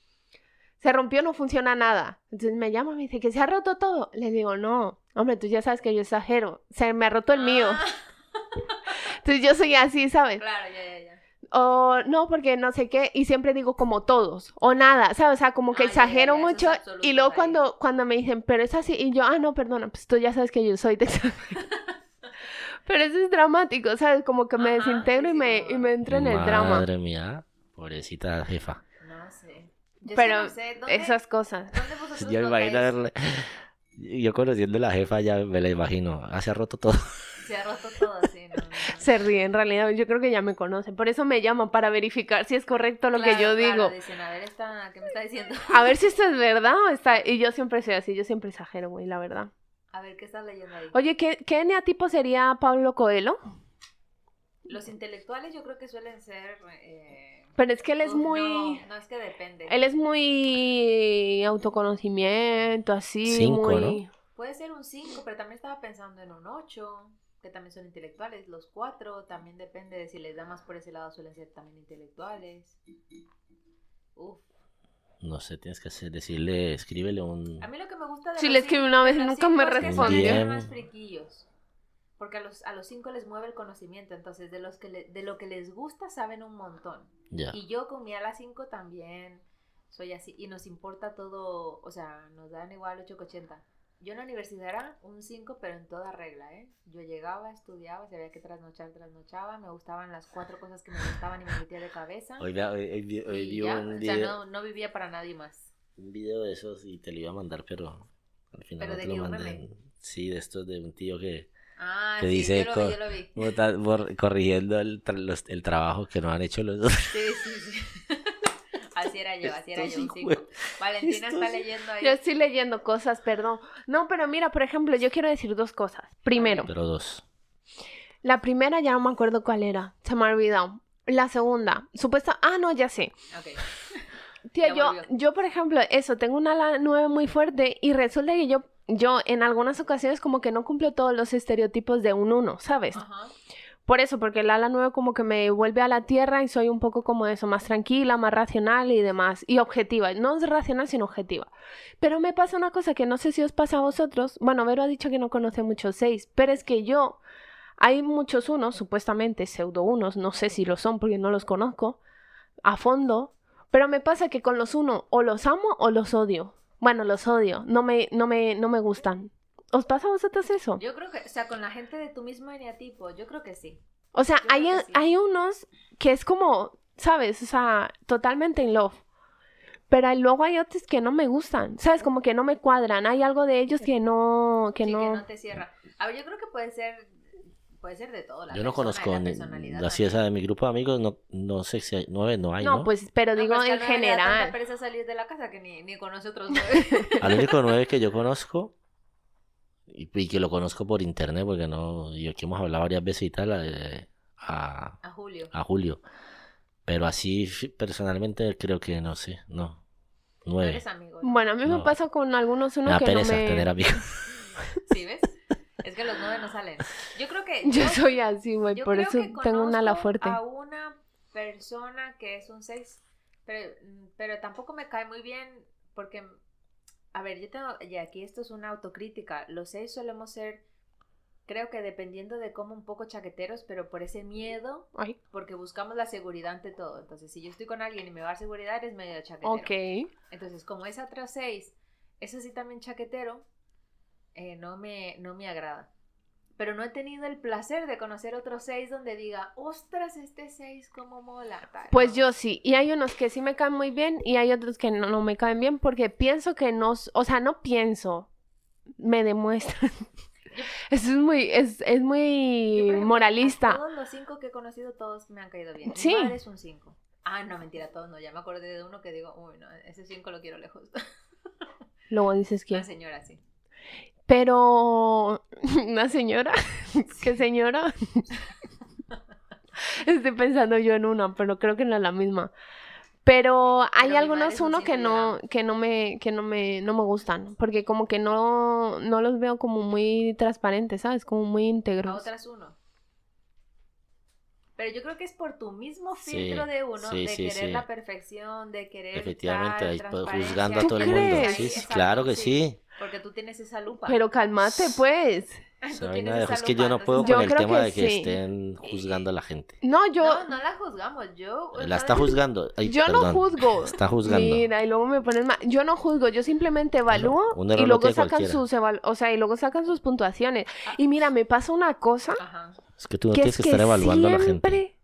S3: se rompió, no funciona nada. Entonces me llama y me dice, ¿que se ha roto todo? Le digo, no, hombre, tú ya sabes que yo exagero, se me ha roto el mío.
S1: Ah,
S3: Entonces yo soy así, ¿sabes?
S1: claro, ya, ya, ya.
S3: O no, porque no sé qué, y siempre digo como todos, o nada, ¿sabes? O sea, como que
S1: Ah, ya, ya,
S3: exagero
S1: ya, esos
S3: mucho,
S1: absolutos
S3: y luego
S1: ahí.
S3: cuando, cuando me dicen, pero es así, y yo, ah, no, perdona, pues tú ya sabes que yo soy de exagero. Pero eso es dramático, ¿sabes? Como que me
S1: Ajá,
S3: desintegro
S1: sí,
S3: y,
S1: sí,
S3: me,
S1: como-
S3: y me entro en el drama.
S2: Madre mía, pobrecita jefa.
S1: No sé. Yo
S3: Pero
S1: es que no sé, ¿dónde,
S3: esas cosas.
S1: ¿dónde vosotros
S2: Yo me imagino
S1: notáis?
S2: verle. Yo conociendo a la jefa ya me la imagino. Ah, se ha roto todo.
S1: Se ha roto todo, sí, no, no, no.
S3: Se ríe, en realidad, yo creo que ya me conocen. Por eso me llaman, para verificar si es correcto lo que
S1: Claro,
S3: yo
S1: claro,
S3: digo.
S1: dicen, a ver, esta, ¿qué me está diciendo?
S3: A ver si esto es verdad o está... Y yo siempre soy así, yo siempre exagero, güey, la verdad.
S1: A ver, ¿qué estás leyendo ahí?
S3: Oye, ¿qué, qué eneatipo sería Pablo Coelho?
S1: Los intelectuales yo creo que suelen ser... eh,
S3: Pero es que él es
S1: uf,
S3: muy...
S1: No, no, es que depende.
S3: Él es muy autoconocimiento, así,
S2: Cinco,
S3: muy...
S1: Puede ser un cinco, pero también estaba pensando en un ocho, que también son intelectuales. Los cuatro también depende de si les da más por ese lado, suelen ser también intelectuales. Uf.
S2: No sé, tienes que hacer, decirle, escríbele un.
S1: A mí lo que me gusta de
S3: Sí,
S1: los
S3: le escribí
S1: cinco-
S3: una vez
S1: de
S3: y
S1: los
S3: nunca me
S1: cinco es que
S3: respondió.
S1: suelen ser
S2: Bien.
S1: más friquillos. Porque a los, a los cinco les mueve el conocimiento, entonces de, los que le- de lo que les gusta saben un montón.
S2: Ya.
S1: Y yo con mi ala cinco también soy así. Y nos importa todo, o sea, nos dan igual ocho que ochenta. Yo en la universidad era un cinco, pero en toda regla, ¿eh? Yo llegaba, estudiaba, si había que trasnochar, trasnochaba. Me gustaban las cuatro cosas que me gustaban y me metía de cabeza.
S2: Hoy, vea, hoy, hoy vi, hoy
S1: y
S2: vi
S1: ya,
S2: un,
S1: o sea,
S2: video,
S1: no, no vivía para nadie más.
S2: un video de esos y te lo iba a mandar, pero al final
S1: ¿Pero
S2: no
S1: de
S2: te lo
S1: qué, un
S2: mandé.
S1: meme?
S2: Sí, de estos de un tío que,
S1: Ah,
S2: que
S1: sí,
S2: dice
S1: yo lo
S2: co-
S1: vi, yo lo vi.
S2: como está bor- corrigiendo el, tra- los- el trabajo que no han hecho los dos.
S1: Sí, sí, sí. Así era yo, así era
S2: Estos
S1: yo, un
S2: hijos-
S1: cinco. Valentina
S2: estos-
S1: está leyendo ahí.
S3: Yo estoy leyendo cosas, perdón. No, pero mira, por ejemplo, yo quiero decir dos cosas. Primero,
S2: Pero dos.
S3: la primera ya no me acuerdo cuál era, se me ha olvidado. La segunda, supuesta... Ah, no, ya sé.
S1: Ok.
S3: Tía,
S1: Ya
S3: yo,
S1: volvió.
S3: yo, por ejemplo, eso, tengo una ala nueve muy fuerte y resulta que yo, yo en algunas ocasiones como que no cumplo todos los estereotipos de un uno, ¿sabes?
S1: Ajá.
S3: Por eso, porque el ala nueve como que me vuelve a la tierra y soy un poco como eso, más tranquila, más racional y demás. Y objetiva. No es racional, sino objetiva. Pero me pasa una cosa que no sé si os pasa a vosotros. Bueno, Vero ha dicho que no conoce muchos seis, pero es que yo... Hay muchos unos, supuestamente pseudo unos, no sé si lo son porque no los conozco a fondo. Pero me pasa que con los uno o los amo o los odio. Bueno, los odio. No me, no me, no me gustan. ¿Os pasa a vosotros eso?
S1: Yo creo que, o sea, con la gente de tu mismo eneatipo, yo creo que sí.
S3: O sea,
S1: Yo creo
S3: hay,
S1: que sí.
S3: hay unos que es como, ¿sabes? O sea, totalmente in love. Pero luego hay otros que no me gustan, ¿sabes? Como que no me cuadran. Hay algo de ellos que no... Que
S1: sí,
S3: no...
S1: que no te cierra. A ver, yo creo que puede ser... Puede ser de todo. La
S2: Yo no
S1: persona,
S2: conozco
S1: la
S2: ni-
S1: personalidad
S2: así
S1: también.
S2: esa de mi grupo de amigos, no, no sé si hay, nueve no hay, ¿no?
S3: No, pues, pero
S1: No,
S3: digo
S1: pero es que
S3: en
S1: al nueve le da tanta
S3: general.
S1: pereza salir de la casa que ni, ni conoce otros nueve.
S2: Al único nueve que yo conozco, y, y que lo conozco por internet, porque no, yo que hemos hablado varias veces y tal, eh, a,
S1: A Julio.
S2: a Julio. Pero así fi- personalmente creo que no sé, no.
S1: No
S2: Nueve.
S1: eres amigo, ¿no?
S3: Bueno, a mí me
S2: No.
S3: pasa con algunos
S2: Me
S3: uno
S2: da
S3: que no
S2: pereza
S3: me...
S2: tener amigos.
S1: ¿Sí ves? Es que los nueve no salen. Yo creo que...
S3: Yo soy así, güey,
S1: yo
S3: por
S1: creo
S3: eso
S1: que
S3: tengo un ala
S1: conozco
S3: fuerte.
S1: a una persona que es un seis, pero, pero tampoco me cae muy bien porque, a ver, yo tengo, y aquí esto es una autocrítica, los seis solemos ser, creo que dependiendo de cómo un poco chaqueteros, pero por ese miedo,
S3: Ay,
S1: porque buscamos la seguridad ante todo. Entonces, si yo estoy con alguien y me va a dar seguridad, eres medio chaquetero.
S3: ok.
S1: Entonces, como es otro seis, es así también chaquetero, eh, no, me, no me agrada. Pero no he tenido el placer de conocer otro seis donde diga, ostras, este seis cómo mola. Tal.
S3: Pues
S1: No.
S3: yo sí, y hay unos que sí me caen muy bien y hay otros que no, no me caen bien porque pienso que no, s- o sea, no pienso, me demuestran. Eso es muy, es, es
S1: Yo,
S3: muy
S1: por ejemplo,
S3: moralista.
S1: a todos los cinco que he conocido, todos me han caído bien.
S3: Sí.
S1: Mi madre es un cinco. Ah, no, mentira, todos no. Ya me acordé de uno que digo, uy, no, ese cinco lo quiero lejos.
S3: Luego dices
S1: Una
S3: que...
S1: señora, sí.
S3: Pero... ¿Una señora? ¿Qué señora? Estoy pensando yo en una, pero creo que no es la misma. Pero hay
S1: Pero mi madre
S3: algunos
S1: es un
S3: uno
S1: cinco
S3: que
S1: y
S3: no,
S1: lloramos.
S3: que no me, que no me, no me gustan, porque como que no, no los veo como muy transparentes, ¿sabes? Como muy
S1: A
S3: íntegros.
S1: otras uno. Pero yo creo que es por tu mismo
S2: Sí,
S1: filtro de uno,
S2: sí,
S1: de
S2: sí,
S1: querer
S2: sí.
S1: la perfección, de querer
S2: Efectivamente,
S1: tal,
S2: ahí pues,
S1: transparencia.
S2: juzgando a
S3: ¿Tú
S2: todo el mundo.
S3: crees?
S2: Sí,
S1: Ahí,
S2: sí,
S1: exacto,
S2: claro que sí.
S1: Porque tú tienes esa lupa.
S3: Pero calmate, pues.
S1: Tú
S2: Esa
S1: tienes
S2: vaina de-
S1: esa
S2: es que
S1: lupa,
S2: yo no
S1: entonces-
S2: puedo
S3: Yo
S2: con el
S3: creo
S2: tema
S3: que
S2: de que
S3: sí.
S2: estén juzgando a la gente.
S3: No, yo,
S1: No, no la juzgamos. Yo.
S2: La está juzgando. Ay,
S3: yo
S2: perdón.
S3: no juzgo.
S2: Está juzgando.
S3: Mira, y luego me ponen mal. Yo no juzgo, yo simplemente evalúo
S2: un error
S3: y
S2: lo
S3: luego
S2: tiene
S3: sacan
S2: cualquiera.
S3: sus evalu- o sea, y luego sacan sus puntuaciones.
S1: Ah.
S3: Y mira, me pasa una cosa
S1: Ajá.
S2: Es que tú no
S3: que
S2: tienes
S3: es
S2: que
S3: que
S2: estar evaluando a la gente.
S3: siempre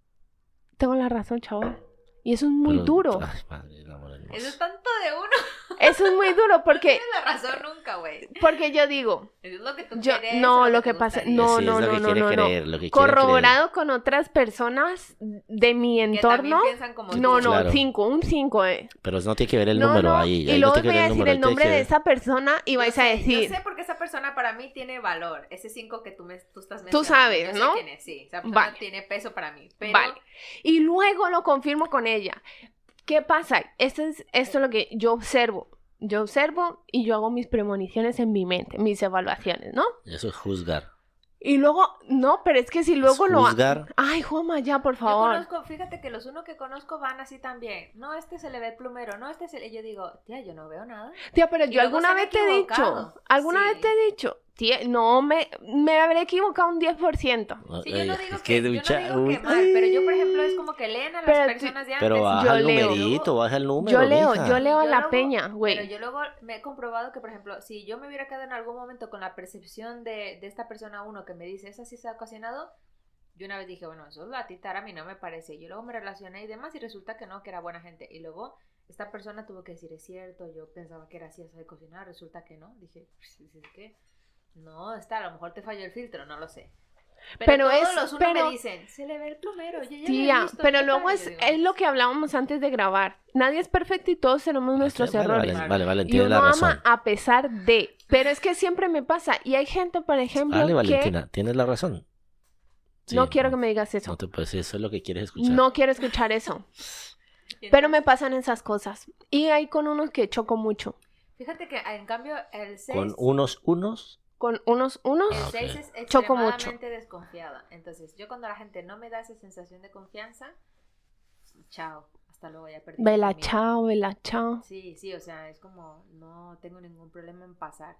S3: tengo la razón, chaval. Y eso es muy
S2: Pero-
S3: duro.
S2: Ay, madre del amor hermoso.
S1: Eso es tanto de uno.
S3: Eso es muy duro porque
S1: Tienes la razón nunca, güey.
S3: porque yo digo,
S1: Eso es lo que tú
S3: yo
S1: quieres.
S3: no,
S1: o
S3: lo
S1: te
S3: que pasa,
S1: gustaría.
S3: no,
S2: Sí,
S3: no,
S2: es lo
S3: no,
S2: que
S3: no,
S2: quiere
S3: no, no.
S2: creer, lo que quiere
S3: Corroborado con otras personas de mi
S1: Que también
S3: entorno.
S1: piensan como
S3: No,
S1: tú.
S3: no,
S2: Claro.
S3: cinco, un cinco, eh.
S2: creer. Pero no tiene que ver el
S3: No,
S2: número
S3: no,
S2: ahí.
S3: y
S2: ahí no
S3: luego os
S2: tiene que
S3: voy
S2: ver
S3: a
S2: el
S3: decir
S2: número,
S3: el
S2: ahí tiene
S3: nombre
S2: que
S3: de
S2: ver-
S3: esa persona y
S1: Yo
S3: vais
S1: sé,
S3: a decir,
S1: Yo sé porque esa persona para mí tiene valor. Ese cinco que tú, me, tú estás
S3: Tú
S1: mencionando.
S3: sabes,
S1: Yo sé
S3: ¿no?
S1: quién es, sí. Esa persona
S3: Vale.
S1: tiene peso para mí. Pero
S3: vale. Y luego lo confirmo con ella. ¿Qué pasa? Esto es, esto es lo que yo observo. Yo observo y yo hago mis premoniciones en mi mente, mis evaluaciones, ¿no?
S2: Eso es juzgar.
S3: Y luego, no, pero es que si luego
S2: Es
S3: lo... ha-
S2: juzgar.
S3: Ay, Juanma, ya, por
S1: yo
S3: favor.
S1: conozco, fíjate que los uno que conozco van así también. No, este se le ve el plumero. No, este se le... Y yo digo, tía, yo no veo nada.
S3: Tía, pero
S1: Y
S3: yo
S1: luego
S3: alguna
S1: se han
S3: vez te he
S1: equivocado.
S3: dicho, alguna
S1: Sí.
S3: vez te he dicho, tía, no, me, me habré equivocado un diez por ciento.
S1: Sí, yo no
S2: Ay,
S1: digo
S2: es
S1: que, yo no
S2: ducha-
S1: digo
S2: uy,
S1: que mal, pero yo, por ejemplo, es como que leen a las
S3: Pero tú-
S1: personas de antes.
S2: Pero baja
S3: Yo
S2: el
S3: leo.
S2: numerito, baja el número.
S3: Yo leo,
S2: mija.
S3: yo leo a
S1: Yo
S3: la
S1: luego-
S3: peña,
S1: Pero
S3: güey.
S1: yo luego me he comprobado que, por ejemplo, si yo me hubiera quedado en algún momento con la percepción de, de esta persona uno que me dice, esa sí se ha ocasionado, yo una vez dije, bueno, eso es la titara, a mí no me parece. Yo luego me relacioné y demás y resulta que no, que era buena gente. Y luego esta persona tuvo que decir, es cierto, yo pensaba que era así, eso de cocinar, resulta que no. Dije, pues es que no, está, a lo mejor te falló el filtro, no lo sé. Pero,
S3: Pero
S1: todos
S3: es-
S1: los uno
S3: pero-
S1: me dicen, se le ve el plumero, yo ya lo he
S3: Tía,
S1: visto,
S3: pero
S1: ¿qué
S3: luego
S1: tal? Y
S3: es,
S1: yo digo,
S3: es lo que hablábamos antes de grabar. Nadie es perfecto y todos tenemos nuestros
S2: Vale,
S3: errores.
S2: Vale, vale, vale,
S3: Y
S2: tienes
S3: uno
S2: la
S3: ama
S2: razón.
S3: a pesar de. Pero es que siempre me pasa. Y hay gente, por ejemplo,
S2: Vale,
S3: que...
S2: Valentina, tienes la razón. Sí,
S3: no quiero que me digas eso.
S2: No te pues eso es lo que quieres escuchar.
S3: No quiero escuchar eso.
S1: Y
S3: Pero me
S1: entonces,
S3: pasan esas cosas. Y hay con unos que choco mucho.
S1: Fíjate que en cambio el seis...
S2: Con unos unos.
S3: Con unos, unos...
S1: El
S2: Ah, ok.
S1: seis es
S3: Choco mucho.
S1: extremadamente desconfiada. Entonces, yo cuando la gente no me da esa sensación de confianza, chao, hasta luego, ya perdí.
S3: Vela,
S1: conmigo.
S3: chao, vela, chao.
S1: Sí, sí, o sea, es como, no tengo ningún problema en pasar.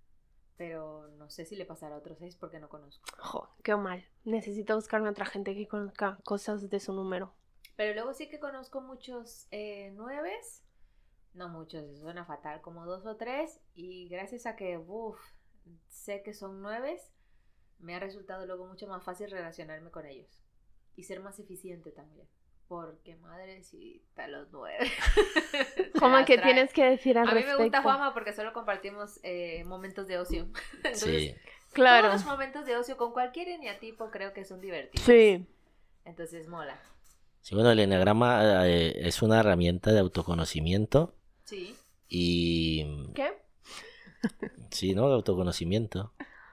S1: Pero no sé si le pasará a otros seis porque no conozco.
S3: Jo, qué mal. Necesito buscarme otra gente que conozca cosas de su número.
S1: Pero luego sí que conozco muchos eh, nueves. No muchos, eso suena fatal, como dos o tres. Y gracias a que, uff, sé que son nueves, me ha resultado luego mucho más fácil relacionarme con ellos. Y ser más eficiente también. Porque madrecita, los nueve.
S3: ¿Cómo que tienes que decir al
S1: A
S3: respecto?
S1: mí me gusta Juanma porque solo compartimos eh, momentos de ocio. Entonces,
S2: Sí.
S3: Claro.
S1: todos los momentos de ocio con cualquier eneatipo creo que son divertidos.
S3: Sí.
S1: Entonces mola.
S2: Sí, bueno, el enneagrama eh, es una herramienta de autoconocimiento
S1: Sí.
S2: y...
S3: ¿Qué?
S2: Sí, ¿no? De autoconocimiento.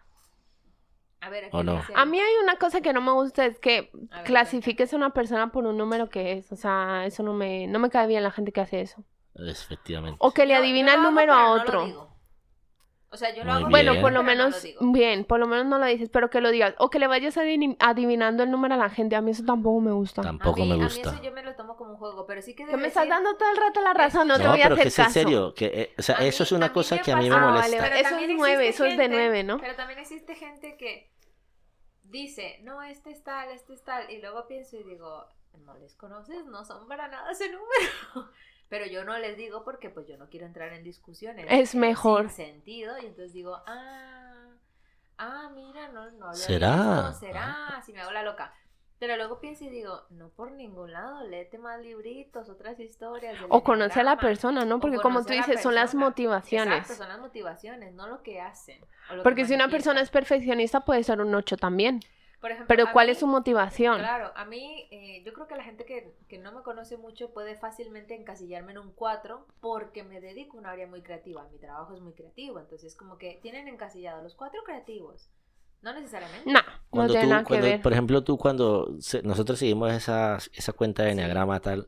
S1: A ver, ¿a
S2: ¿O
S1: qué le
S2: no?
S1: dice?
S3: A mí hay una cosa que no me gusta, es que
S1: A ver,
S3: clasifiques a una persona por un número que es. O sea, eso no me, no me cae bien la gente que hace eso.
S2: Efectivamente.
S3: O que le
S1: Yo-
S3: adivina
S1: yo
S3: el
S1: lo hago,
S3: número
S1: pero
S3: a
S1: no lo
S3: otro.
S1: digo. O sea, yo lo
S2: Muy
S1: hago.
S2: bien.
S3: Bueno,
S2: Bien.
S3: por lo
S1: pero no
S3: menos,
S1: digo.
S3: bien, por lo menos no lo dices, pero que lo digas. O que le vayas adivin- adivinando el número a la gente. A mí eso tampoco me gusta.
S2: Tampoco
S1: a mí,
S2: me
S1: A mí
S2: gusta.
S1: eso yo me lo tomo como un juego, pero sí que
S3: Que
S1: debo
S3: me estás
S1: decir-
S3: dando todo el rato la razón, no, te
S2: No,
S3: voy a
S2: pero
S3: hacer
S2: que es
S3: caso.
S2: en serio, que, eh, o sea,
S1: A mí-
S2: eso es
S1: a
S2: una
S1: mí
S2: cosa
S1: me
S2: que a mí me
S1: pasa-
S3: Ah,
S2: molesta.
S3: vale,
S1: Pero
S3: eso
S1: también
S3: es nueve,
S1: existe
S3: eso es de
S1: gente-
S3: nueve, ¿no?
S1: Pero también existe gente que dice, no, este es tal, este es tal, y luego pienso y digo, no les conoces, no son para nada ese número. Pero yo no les digo porque pues yo no quiero entrar en discusiones.
S3: Es
S1: eh,
S3: mejor.
S1: Sin sentido, y entonces digo, ah, ah, mira, no, no había
S2: ¿Será?
S1: visto, será, si me hago la loca. Pero luego pienso y digo, no por ningún lado, léete más libritos, otras historias. del
S3: O conoce a la
S1: enneagrama.
S3: persona, ¿no?
S1: O
S3: Porque como tú
S1: conocer a la
S3: dices, son las
S1: persona.
S3: motivaciones.
S1: Exacto, son las motivaciones, no lo que hacen. o lo que
S3: Porque si una persona es
S1: manifiestan.
S3: perfeccionista puede ser un ocho también.
S1: Por ejemplo,
S3: Pero
S1: a
S3: ¿cuál
S1: mí-
S3: es su motivación?
S1: Claro, a mí, eh, yo creo que la gente que, que no me conoce mucho puede fácilmente encasillarme en un cuatro porque me dedico a un área muy creativa. Mi trabajo es muy creativo, entonces como que tienen encasillados los cuatro creativos. No necesariamente.
S3: No, no
S2: Cuando
S3: tiene
S2: tú,
S3: nada que
S2: cuando,
S3: ver.
S2: por ejemplo, tú cuando se- nosotros seguimos esa, esa cuenta de
S1: Sí.
S2: enneagrama tal,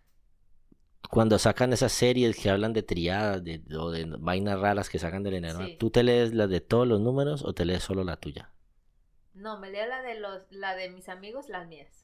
S2: cuando sacan esas series que hablan de triadas de, o de vainas raras que sacan del enneagrama,
S1: Sí.
S2: ¿tú te lees las de todos los números o te lees solo la tuya?
S1: No, me leo la de los, la de mis amigos, las mías.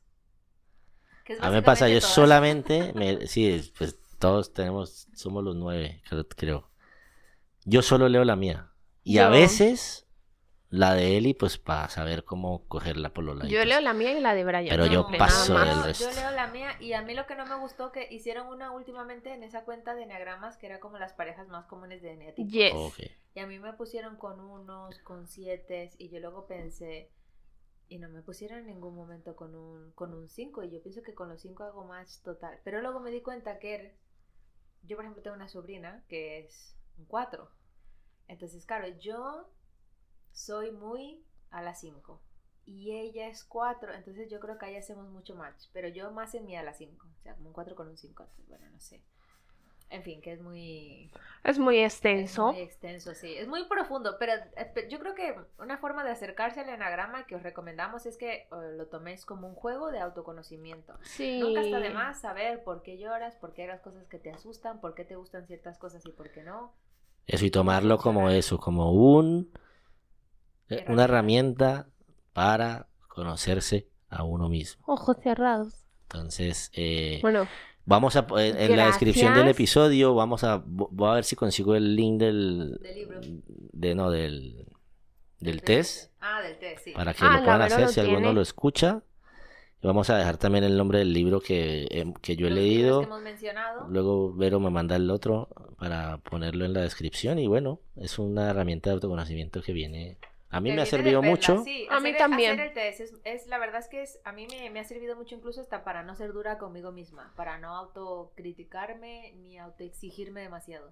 S1: Que es
S2: A mí me pasa, yo
S1: básicamente todas.
S2: solamente, me, sí, pues todos tenemos, somos los nueve, creo. creo. Yo solo leo la mía. Y a
S3: Yo-
S2: veces la de Eli, pues para saber cómo cogerla por los lados.
S3: Yo leo la mía y la de Brian.
S2: Pero yo
S3: siempre,
S2: paso
S3: nada
S2: del
S3: más.
S2: resto.
S1: Yo leo la mía y a mí lo que no me gustó que hicieron una últimamente en esa cuenta de enneagramas que era como las parejas más comunes de eneatipos.
S3: Yes.
S2: Ok.
S1: Y a mí me pusieron con unos, con siete y yo luego pensé y no me pusieron en ningún momento con un con un cinco y yo pienso que con los cinco hago match total. Pero luego me di cuenta que yo por ejemplo tengo una sobrina que es un cuatro. Entonces, claro, yo soy muy a las cinco y ella es cuatro, entonces yo creo que ahí hacemos mucho match, pero yo más en mí a las cinco, o sea, como un cuatro con un cinco, bueno, no sé. En fin, que es muy...
S3: Es muy
S1: Es
S3: extenso.
S1: muy extenso, sí. Es muy profundo, pero eh, pe- yo creo que una forma de acercarse al enagrama que os recomendamos es que eh, lo toméis como un juego de autoconocimiento.
S3: Sí.
S1: Nunca está de más saber por qué lloras, por qué hay las cosas que te asustan, por qué te gustan ciertas cosas y por qué no.
S2: Eso, y tomarlo como
S1: funciona.
S2: eso, como un eh,
S1: Herramienta.
S2: una herramienta para conocerse a uno mismo.
S3: Ojos cerrados.
S2: Entonces, eh,
S3: Bueno,
S2: vamos a en, en la descripción del
S3: gracias.
S2: episodio vamos a vo- voy a ver si consigo el link del
S1: Del libro.
S2: de no del del test
S1: Ah, del test, sí.
S2: para que
S3: Ah,
S2: lo
S3: la
S2: puedan
S3: Vero
S2: hacer
S3: lo
S2: si alguno
S3: tiene.
S2: lo escucha. Y vamos a dejar también el nombre del libro que, em, que yo he
S1: Los libros
S2: leído.
S1: que hemos mencionado.
S2: Luego Vero me manda el otro para ponerlo en la descripción y bueno, es una herramienta de autoconocimiento que viene, a mí
S1: que
S2: me ha
S1: viene de
S2: servido
S1: perla,
S2: mucho.
S1: sí,
S3: A mí
S1: hacer-
S3: también.
S1: hacer el test es, es- la verdad es que es, a mí me, me ha servido mucho incluso hasta para no ser dura conmigo misma, para no autocriticarme ni autoexigirme demasiado.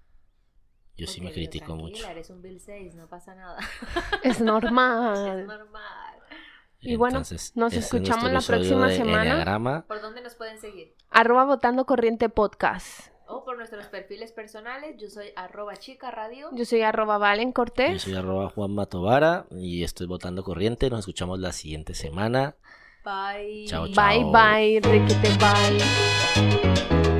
S2: Yo sí
S1: Porque
S2: me
S1: digo,
S2: critico
S1: tranquila,
S2: mucho.
S1: eres un Bill seis, no pasa nada.
S3: es
S1: Es
S3: normal.
S1: normal.
S3: Y bueno,
S2: Entonces,
S3: nos
S2: este es
S3: escuchamos
S2: nuestro
S3: la
S2: episodio
S3: próxima
S2: de
S3: semana.
S2: Enneagrama.
S1: ¿Por dónde nos pueden seguir?
S3: Arroba Votando Corriente Podcast.
S1: O por nuestros perfiles personales. Yo soy arroba chica radio.
S3: Yo soy arroba Valen
S2: Yo
S3: Cortés.
S2: soy arroba Juan Matovara y estoy votando corriente. Nos escuchamos la siguiente semana.
S1: Bye.
S2: Chao, chao.
S3: Bye bye, requete bye.